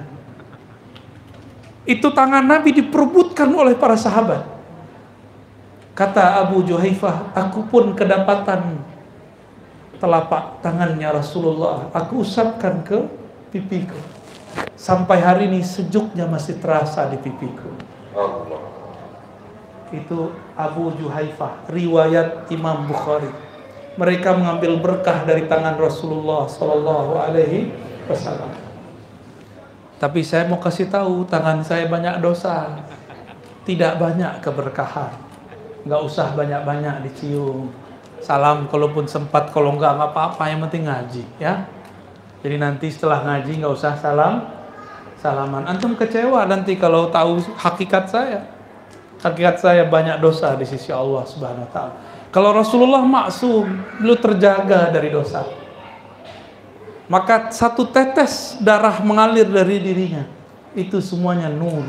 Itu tangan Nabi diperebutkan oleh para sahabat. Kata Abu Juhaifah, "Aku pun kedapatan telapak tangannya Rasulullah, aku usapkan ke pipiku. Sampai hari ini sejuknya masih terasa di pipiku." Allah. Itu Abu Juhaifah, riwayat Imam Bukhari. Mereka mengambil berkah dari tangan Rasulullah Sallallahu Alaihi Wasallam. Tapi saya mau kasih tahu, tangan saya banyak dosa, tidak banyak keberkahan. Nggak usah banyak-banyak dicium. Salam kalaupun sempat, kalau nggak apa-apa, yang penting ngaji, ya. Jadi nanti setelah ngaji nggak usah salaman. Antum kecewa nanti kalau tahu hakikat saya. Hakikat saya banyak dosa di sisi Allah Subhanahu wa taala. Kalau Rasulullah maksum, beliau terjaga dari dosa. Maka satu tetes darah mengalir dari dirinya, itu semuanya nur.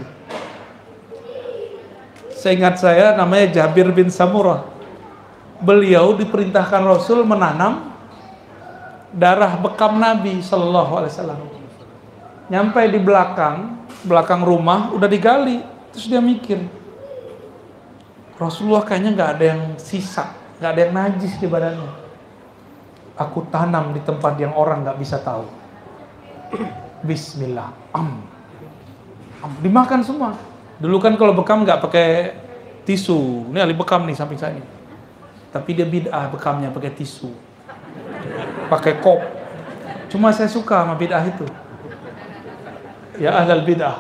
Seingat saya namanya Jabir bin Samurah. Beliau diperintahkan Rasul menanam darah bekam Nabi Sallallahu Alaihi Wasallam. Nyampe di belakang rumah udah digali, terus dia mikir, Rasulullah kayaknya nggak ada yang sisa, nggak ada yang najis di badannya. Aku tanam di tempat yang orang nggak bisa tahu. Bismillah, dimakan semua. Dulu kan kalau bekam nggak pakai tisu, ini ahli bekam nih samping saya. Tapi dia bid'ah bekamnya pakai tisu, pakai kop. Cuma saya suka sama bid'ah itu. Ya ahlal bid'ah.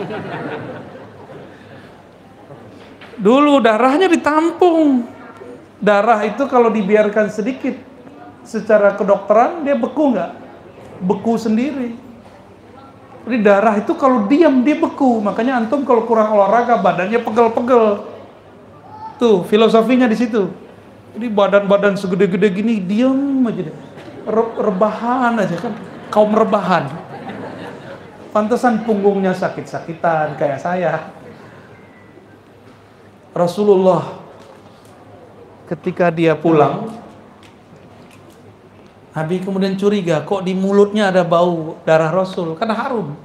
Dulu darahnya ditampung. Darah itu kalau dibiarkan sedikit, secara kedokteran dia beku nggak? Beku sendiri. Jadi darah itu kalau diam dia beku. Makanya antum kalau kurang olahraga badannya pegel-pegel. Tuh filosofinya di situ. Jadi badan-badan segede-gede gini diam aja deh. Rebahan aja kan. Kaum rebahan. Pantesan punggungnya sakit-sakitan kayak saya. Rasulullah ketika dia pulang, Nabi kemudian curiga, kok di mulutnya ada bau darah Rasul, karena harum.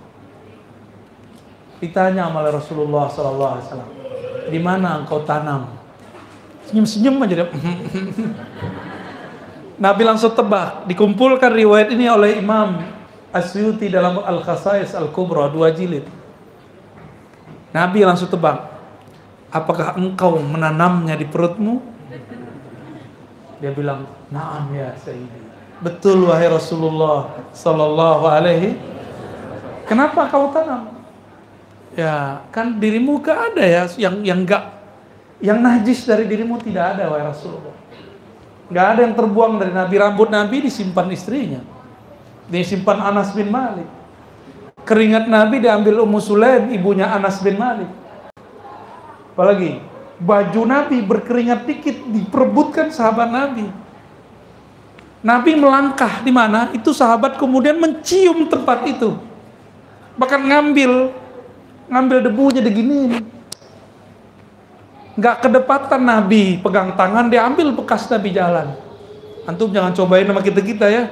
Ditanya oleh Rasulullah SAW, di mana engkau tanam? Senyum-senyum aja dia. Nabi langsung tebak. Dikumpulkan riwayat ini oleh Imam Asyuti dalam Al-Khasais Al-Kubra 2 jilid. Nabi langsung tebak. Apakah engkau menanamnya di perutmu? Dia bilang, "Na'am ya Sayyidi." Betul wahai Rasulullah sallallahu alaihi. Kenapa kau tanam? Ya, kan dirimu gak ada ya yang najis dari dirimu tidak ada wahai Rasulullah. Gak ada yang terbuang dari Nabi. Rambut Nabi disimpan istrinya, disimpan Anas bin Malik. Keringat Nabi diambil Ummu Sulaim, ibunya Anas bin Malik. Apalagi baju Nabi berkeringat dikit diperebutkan sahabat Nabi. Nabi melangkah di mana, itu sahabat kemudian mencium tempat itu. Bahkan ngambil debunya diginiin. Nggak kedepatan Nabi pegang tangan, dia ambil bekas Nabi jalan. Antum jangan cobain sama kita ya.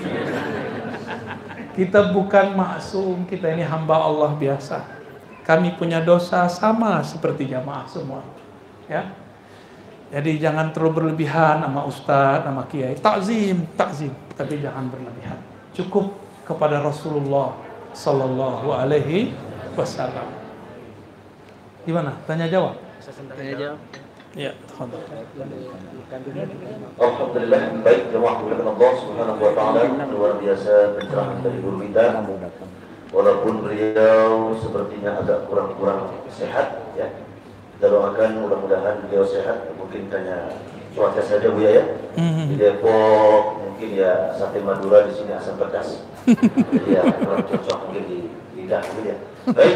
Kita bukan maksum, kita ini hamba Allah biasa. Kami punya dosa sama seperti jamaah semua. Ya. Jadi jangan terlalu berlebihan sama ustaz, sama kiai. Takzim, tapi jangan berlebihan. Cukup kepada Rasulullah sallallahu alaihi wasallam. Gimana? Tanya jawab? Tanya jawab. Ya, tafadhol. Alhamdulillah, baik jemaah Allah Subhanahu wa taala, luar biasa pencerahan dari guru kita. Walaupun beliau sepertinya agak kurang sehat ya. Kita doakan mudah-mudahan beliau sehat. Mungkin hanya cuaca saja Bu ya. Di Depok mungkin ya sate Madura, di sini asam pedas. Jadi ya kurang cocok mungkin di lidah ya. Baik.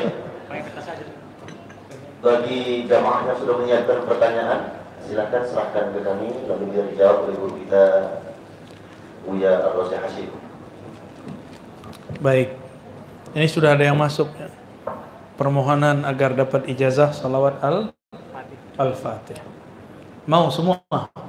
Bagi jamaah yang sudah menyiapkan pertanyaan, silakan serahkan ke kami lalu biar dijawab oleh guru kita Buya Ar-Rasyid Hashim. Baik. Ini sudah ada yang masuk ya. Permohonan agar dapat ijazah salawat Al-Fatih. Mau semua?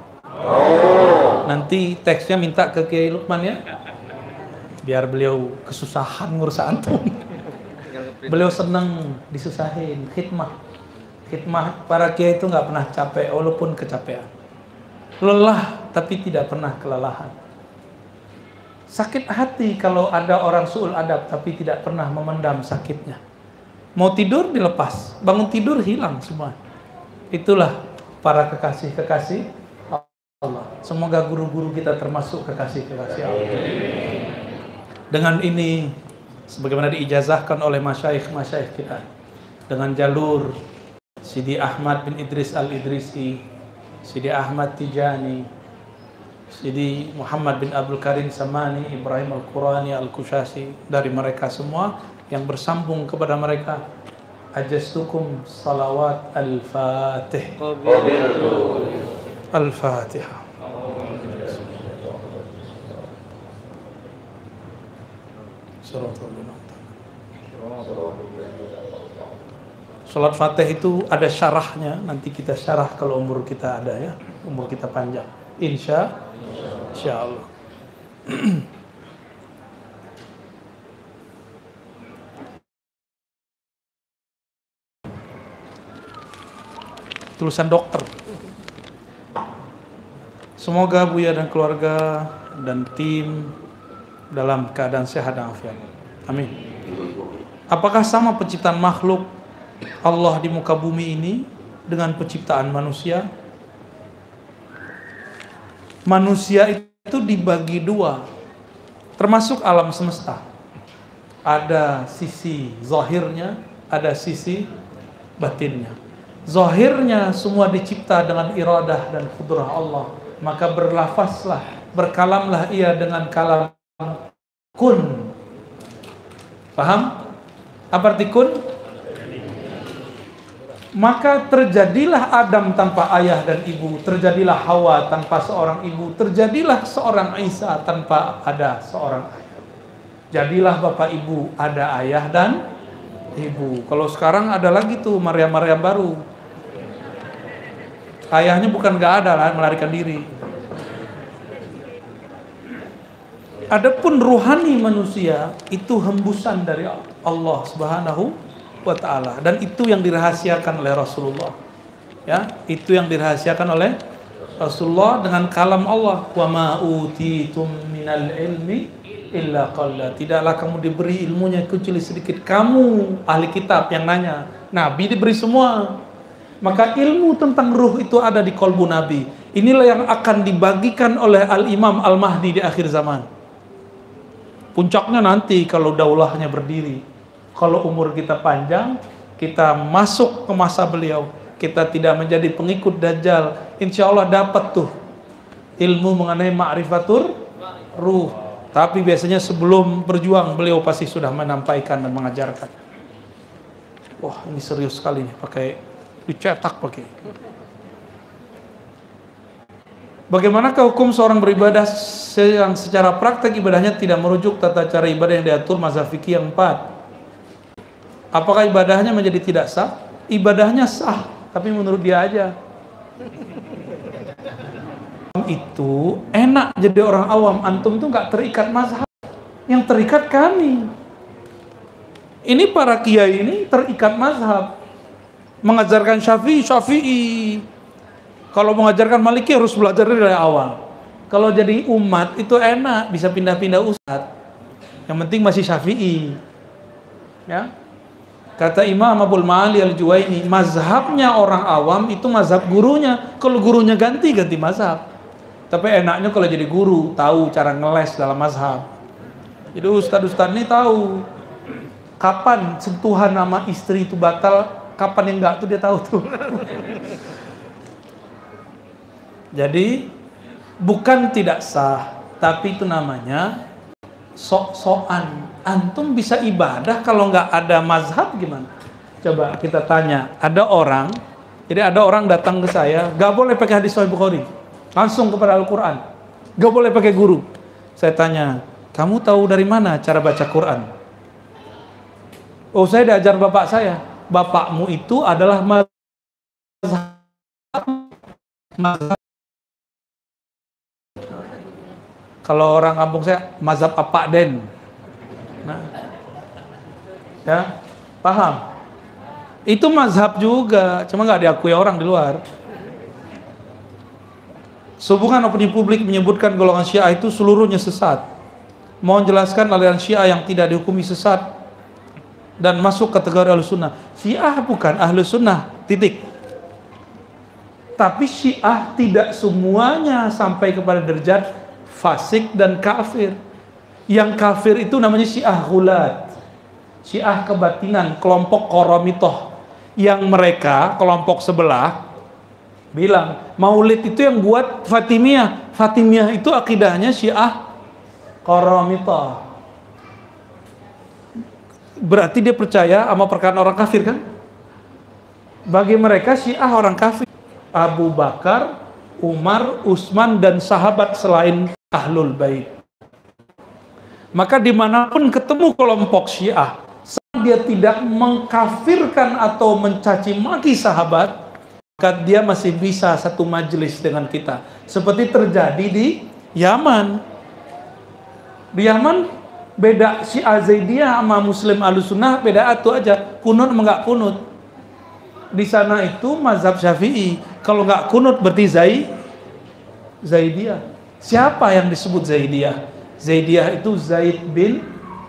Nanti teksnya minta ke Kiai Lukman ya. Biar beliau kesusahan ngurus antum. Beliau senang disusahin, khidmah para kiai itu nggak pernah capek walaupun kecapean. Lelah tapi tidak pernah kelelahan. Sakit hati kalau ada orang su'ul adab tapi tidak pernah memendam sakitnya. Mau tidur dilepas, bangun tidur hilang semua. Itulah para kekasih-kekasih Allah. Semoga guru-guru kita termasuk kekasih-kekasih Allah. Dengan ini sebagaimana diijazahkan oleh masyayikh kita, dengan jalur Sidi Ahmad bin Idris Al-Idrisi, Sidi Ahmad Tijani, Sidi Muhammad bin Abdul Karim Samani, Ibrahim Al-Qurani Al-Kushasi, dari mereka semua yang bersambung kepada mereka, ajastukum salawat Al-Fatih. Al-Fatihah. Salat Fatih itu ada syarahnya, nanti kita syarah kalau umur kita ada ya, umur kita panjang. Insya Allah. Tulisan dokter. Semoga Buya dan keluarga dan tim dalam keadaan sehat dan afiat. Amin. Apakah sama penciptaan makhluk Allah di muka bumi ini dengan penciptaan manusia? Manusia itu dibagi dua, termasuk alam semesta. Ada sisi zahirnya, ada sisi batinnya. Zahirnya semua dicipta dengan iradah dan qudrah Allah. Maka berlafazlah, berkalamlah ia dengan kalam kun. Paham? Apa arti kun? Maka terjadilah Adam tanpa ayah dan ibu, terjadilah Hawa tanpa seorang ibu, terjadilah seorang Isa tanpa ada seorang ayah. Jadilah bapak ibu, ada ayah dan ibu. Kalau sekarang ada lagi tuh Maryam baru. Ayahnya bukan gak ada lah, melarikan diri. Adapun ruhani manusia itu hembusan dari Allah Subhanahu wa ta'ala, dan itu yang dirahasiakan oleh Rasulullah. Ya, itu yang dirahasiakan oleh Rasulullah dengan kalam Allah, wa ma utitum minal ilmi illa qalla. Tidaklah kamu diberi ilmunya kecuali sedikit. Kamu ahli kitab yang nanya, Nabi diberi semua. Maka ilmu tentang ruh itu ada di kolbu Nabi. Inilah yang akan dibagikan oleh Al-Imam Al-Mahdi di akhir zaman. Puncaknya nanti kalau daulahnya berdiri. Kalau umur kita panjang, kita masuk ke masa beliau, kita tidak menjadi pengikut Dajjal, insya Allah dapat tuh ilmu mengenai ma'rifatur ruh. Tapi biasanya sebelum berjuang, beliau pasti sudah menampaikan dan mengajarkan. Wah, ini serius sekali nih, pakai dicetak pakai. Bagaimanakah hukum seorang beribadah yang secara praktek ibadahnya tidak merujuk tata cara ibadah yang diatur mazhab fikih yang 4? Apakah ibadahnya menjadi tidak sah? Ibadahnya sah, tapi menurut dia aja. Itu enak jadi orang awam. Antum tuh nggak terikat mazhab, yang terikat kami. Ini para kiai ini terikat mazhab, mengajarkan Syafi'i. Kalau mengajarkan Maliki harus belajar dari awal. Kalau jadi umat itu enak, bisa pindah-pindah ustadz. Yang penting masih Syafi'i. Ya. Kata Imam Abul Ma'ali Al-Juwaini, mazhabnya orang awam itu mazhab gurunya. Kalau gurunya ganti mazhab. Tapi enaknya kalau jadi guru, tahu cara ngeles dalam mazhab. Jadi ustadz-ustadz ini tahu kapan sentuhan nama istri itu batal, kapan yang enggak tuh dia tahu tuh. Jadi bukan tidak sah, tapi itu namanya sok-sokan. Antum bisa ibadah kalau nggak ada mazhab gimana? Coba kita tanya. Ada orang datang ke saya, nggak boleh pakai hadis Sahih Bukhari, langsung kepada Al-Quran, nggak boleh pakai guru. Saya tanya, kamu tahu dari mana cara baca Quran? Oh, saya diajar bapak saya. Bapakmu itu adalah mazhab. Kalau orang kampung saya, mazhab apa den? Nah, ya, paham? Itu mazhab juga, cuma nggak diakui orang di luar. Sehubungan opini publik menyebutkan golongan Syiah itu seluruhnya sesat. Mohon jelaskan aliran Syiah yang tidak dihukumi sesat dan masuk kategori Ahlus Sunnah. Syiah bukan Ahlus Sunnah, titik. Tapi Syiah tidak semuanya sampai kepada derajat fasik dan kafir. Yang kafir itu namanya Syiah Ghulat, Syiah kebatinan, kelompok Qoromitoh. Yang mereka, kelompok sebelah, bilang maulid itu yang buat Fatimiyah. Fatimiyah itu akidahnya Syiah Qoromitoh. Berarti dia percaya sama perkataan orang kafir kan? Bagi mereka Syiah orang kafir. Abu Bakar, Umar, Utsman dan sahabat selain Ahlul Bait. Maka dimanapun ketemu kelompok Syiah, saat dia tidak mengkafirkan atau mencaci maki sahabat, maka dia masih bisa satu majelis dengan kita. Seperti terjadi di Yaman. Di Yaman beda Syiah Zaidiyah sama Muslim Ahlussunnah, beda atu aja, kunut enggak kunut. Di sana itu mazhab Syafi'i, kalau enggak kunut berarti Zaidiyah. Siapa yang disebut Zaidiyah? Zaidiyah itu Zaid bin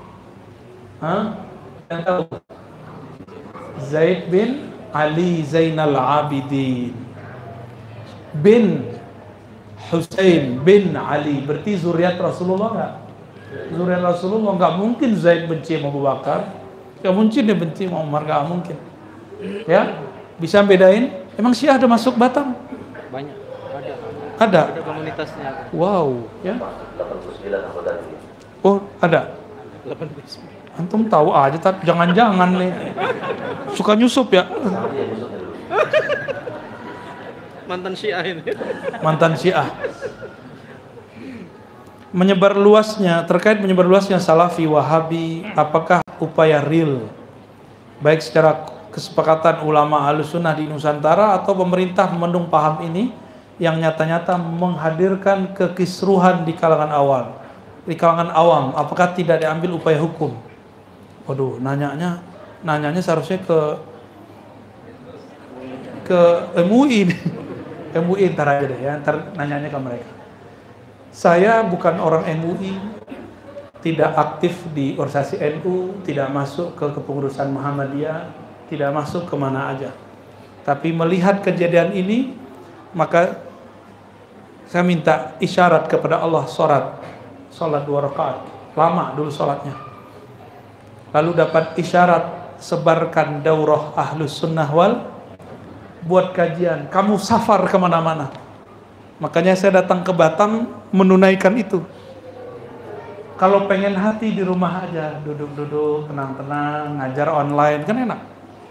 Zaid bin Ali Zainal Abidin bin Husain bin Ali. Berarti zuriat Rasulullah enggak? Zuriat Rasulullah. Enggak mungkin Zaid benci sama Abu Bakar, enggak mungkin dia benci sama Umar, enggak mungkin. Ya, bisa bedain? Emang Syiah ada masuk Batam? Banyak. Ada Komunitasnya. Wow, ya. 89 anggota. Oh, ada. 89. Antum tahu aja, tapi jangan-jangan nih. Suka nyusup ya? Mantan Syiah ini. Mantan Syiah. Terkait menyebar luasnya Salafi, Wahabi, apakah upaya real baik secara kesepakatan ulama Ahlussunnah di Nusantara atau pemerintah memendung paham ini yang nyata-nyata menghadirkan kekisruhan di kalangan awam, apakah tidak diambil upaya hukum? Waduh, nanyanya seharusnya ke MUI nih. MUI ntar aja deh ya, ntar nanyanya ke mereka. Saya bukan orang MUI, tidak aktif di organisasi NU, tidak masuk ke kepengurusan Muhammadiyah, tidak masuk kemana aja. Tapi melihat kejadian ini, maka saya minta isyarat kepada Allah, sholat 2 rakaat, lama dulu sholatnya. Lalu dapat isyarat, sebarkan daurah ahlus sunnah wal, buat kajian, kamu safar kemana-mana. Makanya saya datang ke Batam menunaikan itu. Kalau pengen hati di rumah aja, duduk-duduk, tenang-tenang, ngajar online, kan enak.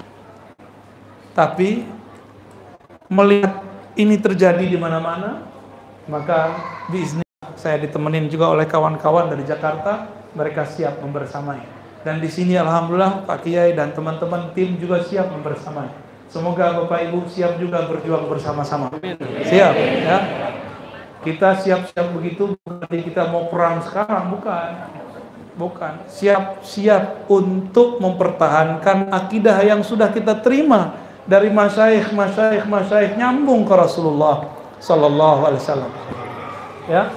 Tapi melihat ini terjadi di mana-mana, maka bisnis saya ditemenin juga oleh kawan-kawan dari Jakarta, mereka siap membersamai. Dan di sini alhamdulillah Pak Kiai dan teman-teman tim juga siap membersamai. Semoga Bapak Ibu siap juga berjuang bersama-sama. Siap ya. Kita siap-siap begitu bukan kita mau perang sekarang, bukan. Siap untuk mempertahankan akidah yang sudah kita terima dari masyayikh nyambung ke Rasulullah sallallahu alaihi wasallam. Ya.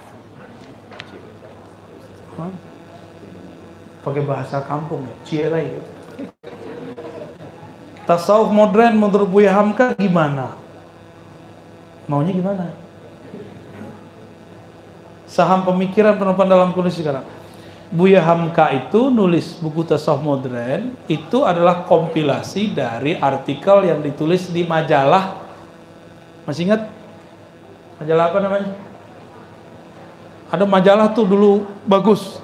Pakai bahasa kampung ya, cielai. Tasawuf modern menurut Buya Hamka gimana? Maunya gimana? Saham pemikiran penumpang dalam kondisi sekarang. Buya Hamka itu nulis buku tasawuf modern, itu adalah kompilasi dari artikel yang ditulis di majalah. Masih ingat? Majalah apa namanya? Ada majalah tuh dulu bagus.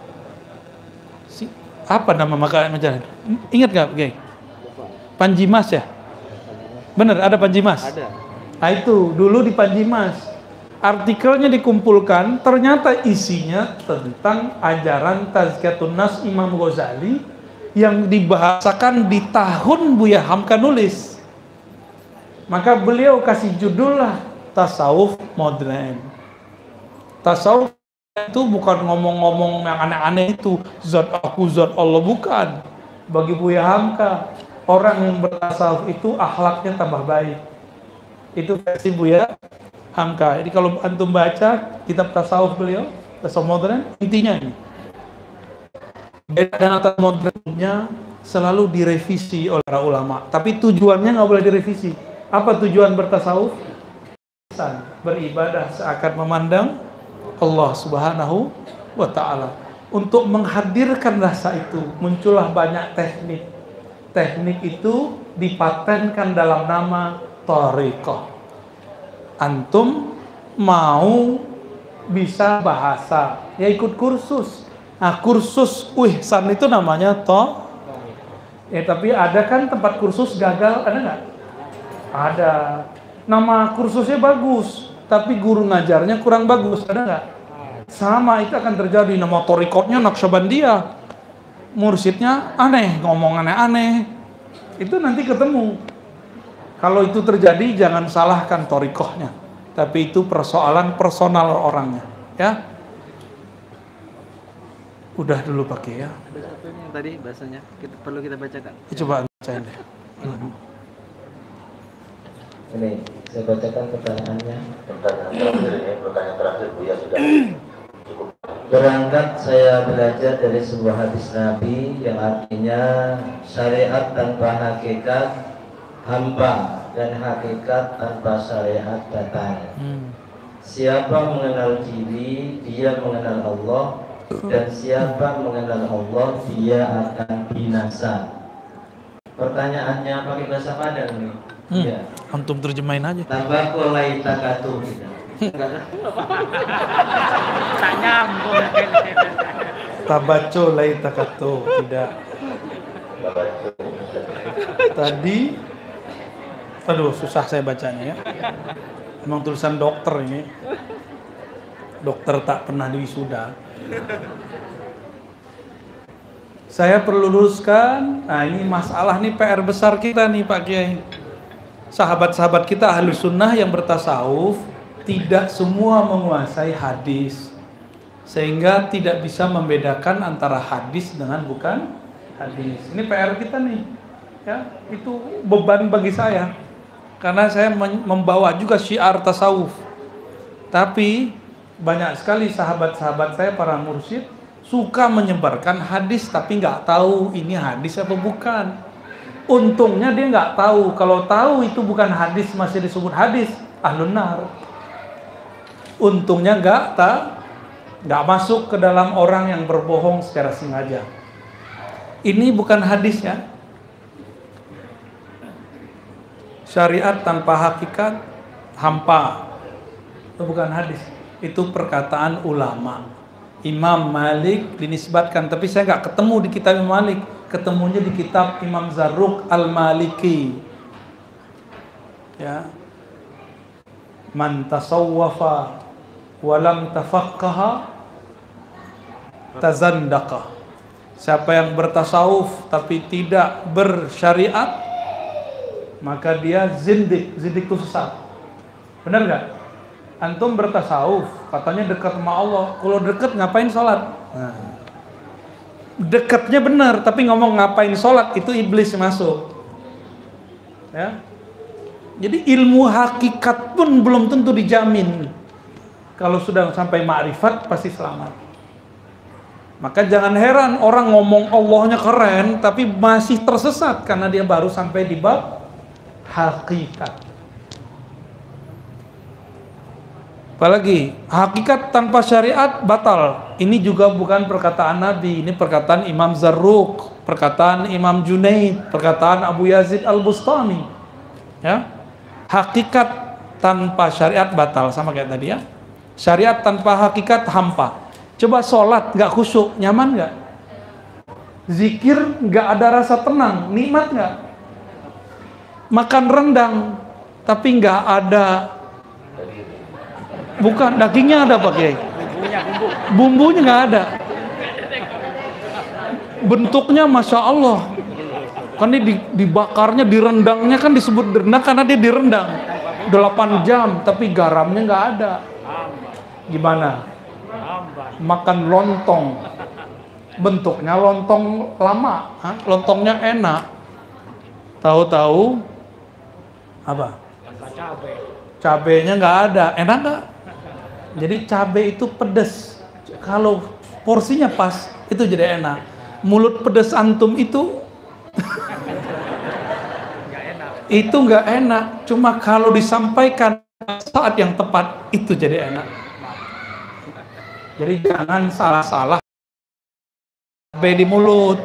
Apa nama majalah? Ingat gak, Gay? Panjimas ya? Bener, ada Panjimas? Ada. Nah itu, dulu di Panjimas artikelnya dikumpulkan, ternyata isinya tentang ajaran Tazkiyatun Nas Imam Ghazali yang dibahasakan di tahun Buya Hamka nulis. Maka beliau kasih judul lah Tasawuf Modern. Tasawuf itu bukan ngomong-ngomong yang aneh-aneh itu, zat aku, zat Allah, bukan. Bagi Buya Hamka, orang yang bertasawuf itu akhlaknya tambah baik. Itu versi Buya Hamka. Jadi kalau antum baca kitab tasawuf beliau, tasawuf modern, intinya ini. Dan atas modernnya selalu direvisi oleh para ulama. Tapi tujuannya nggak boleh direvisi. Apa tujuan bertasawuf? Beribadah seakan memandang Allah Subhanahu wa Ta'ala. Untuk menghadirkan rasa itu, muncullah banyak teknik. Teknik itu dipatenkan dalam nama thariqah. Antum mau bisa bahasa, ya ikut kursus. Nah, kursus ihsan itu namanya ya, tapi ada kan tempat kursus gagal, ada nggak? Ada. Nama kursusnya bagus, tapi guru ngajarnya kurang bagus, ada nggak? Sama, itu akan terjadi. Nama thariqahnya Naqsyabandiyah, mursyidnya aneh, ngomong aneh-aneh. Itu nanti ketemu. Kalau itu terjadi, jangan salahkan thariqahnya, tapi itu persoalan personal orangnya, ya. Udah dulu pakai ya. Ada satu yang tadi bahasanya perlu kita bacakan. Coba bacain deh. Ini saya bacakan pertanyaannya. Pertanyaan terakhir Bu ya, sudah cukup. Berangkat saya belajar dari sebuah hadis Nabi yang artinya syariat tanpa hakikat hampa dan hakikat tanpa syariat batal. Siapa mengenal diri, dia mengenal Allah, dan siapa mengenal Allah, dia akan binasa. Pertanyaannya pakai bahasa Padang nih. Ya. Antum terjemahin aja. Tabaku laitakatul. Tak nyambung. Tabaco laitakato, tidak. Tadi, aduh susah saya bacanya ya. Emang tulisan dokter ini. Dokter tak pernah diwisuda. Saya perlu luruskan. Nah ini masalah nih, PR besar kita nih Pak Kiai. Sahabat-sahabat kita ahlu sunnah yang bertasawuf tidak semua menguasai hadis, sehingga tidak bisa membedakan antara hadis dengan bukan hadis. Ini PR kita nih, ya. Itu beban bagi saya. karena saya membawa juga syiar tasawuf. Tapi banyak sekali sahabat-sahabat saya para mursyid suka menyebarkan hadis tapi nggak tahu ini hadis apa bukan. Untungnya dia nggak tahu. Kalau tahu itu bukan hadis masih disebut hadis, ahlun nar. Untungnya nggak masuk ke dalam orang yang berbohong secara sengaja. Ini bukan hadis ya. Syariat tanpa hakikat hampa. Itu bukan hadis. Itu perkataan ulama. Imam Malik dinisbatkan, tapi saya nggak ketemu di kitab Imam Malik. Ketemunya di kitab Imam Zarruq Al-Maliki. Ya. Man tasawwafa walam tafaqqaha tazandaqa. Siapa yang bertasawuf tapi tidak bersyariat, maka dia zindik itu sesat. Benar nggak? Antum bertasawuf, katanya dekat sama Allah. Kalau dekat ngapain sholat? Nah, dekatnya benar, tapi ngomong ngapain sholat itu iblis masuk. Ya. Jadi ilmu hakikat pun belum tentu dijamin. Kalau sudah sampai ma'rifat pasti selamat. Maka jangan heran orang ngomong Allahnya keren tapi masih tersesat karena dia baru sampai di bab hakikat. Apalagi hakikat tanpa syariat batal. Ini juga bukan perkataan Nabi, ini perkataan Imam Zarruq, perkataan Imam Junaid, perkataan Abu Yazid Al-Bustami. Ya. Hakikat tanpa syariat batal, sama kayak tadi ya. Syariat tanpa hakikat hampa. Coba sholat nggak khusyuk, nyaman nggak? Zikir nggak ada rasa tenang, nikmat nggak? Makan rendang tapi nggak ada, bukan dagingnya ada Pak Kiai, bumbunya nggak ada, bentuknya masya Allah, kan ini dibakarnya, direndangnya kan disebut rendang karena dia direndang 8 jam tapi garamnya nggak ada. Gimana? Makan lontong, bentuknya lontong lama, lontongnya enak, tahu-tahu apa? Cabenya nggak ada, enak nggak? Jadi cabe itu pedes, kalau porsinya pas itu jadi enak. Mulut pedes antum itu itu nggak enak, cuma kalau disampaikan saat yang tepat itu jadi enak. Jadi jangan salah-salah cabai di mulut,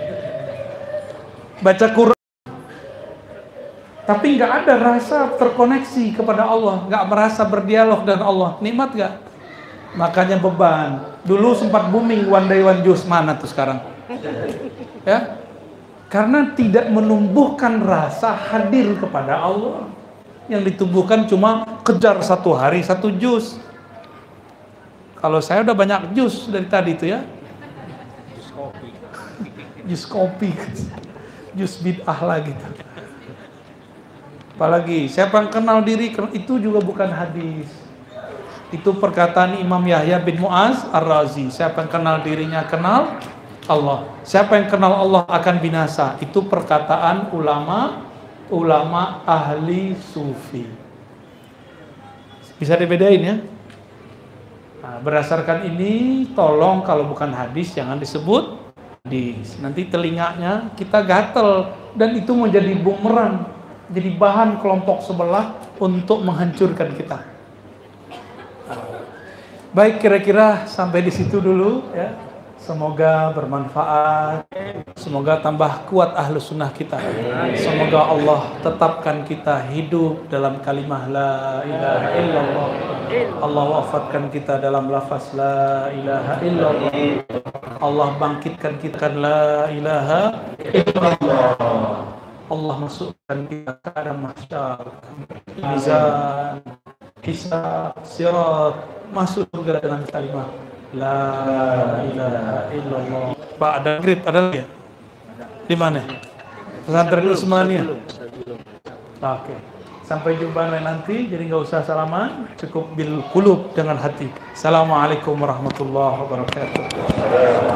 baca Quran tapi nggak ada rasa terkoneksi kepada Allah, nggak merasa berdialog dengan Allah, nikmat nggak? Makanya beban. Dulu sempat booming one day one juice, mana tuh sekarang? Ya, karena tidak menumbuhkan rasa hadir kepada Allah. Yang ditumbuhkan cuma kejar 1 hari 1 jus. Kalau saya udah banyak jus dari tadi itu ya. Jus kopi. Jus bid'ah lagi. Apalagi siapa yang kenal diri itu juga bukan hadis. Itu perkataan Imam Yahya bin Mu'az Ar-Razi. Siapa yang kenal dirinya kenal Allah. Siapa yang kenal Allah akan binasa. Itu perkataan ulama ahli sufi. Bisa dibedain ya. Nah, berdasarkan ini tolong kalau bukan hadis jangan disebut hadis. Nanti telinganya kita gatel dan itu menjadi bumerang, jadi bahan kelompok sebelah untuk menghancurkan kita. Baik, kira-kira sampai di situ dulu ya. Semoga bermanfaat. Semoga tambah kuat ahlus sunnah kita. Semoga Allah tetapkan kita hidup dalam kalimah la ilaha illallah. Allah wafatkan kita dalam lafaz la ilaha illallah. Allah bangkitkan kita la ilaha illallah. Allah masukkan kita ke alam mahsyar, mizan, hisab, sirat, masuk surga dengan kalimat la ilaha illallah. Pak, ada grip, ada lagi ya? Di mana? Pesantren Utsmaniyah. Oke. Sampai jumpa nanti, jadi nggak usah salaman, cukup bil qulub dengan hati. Assalamualaikum warahmatullahi wabarakatuh.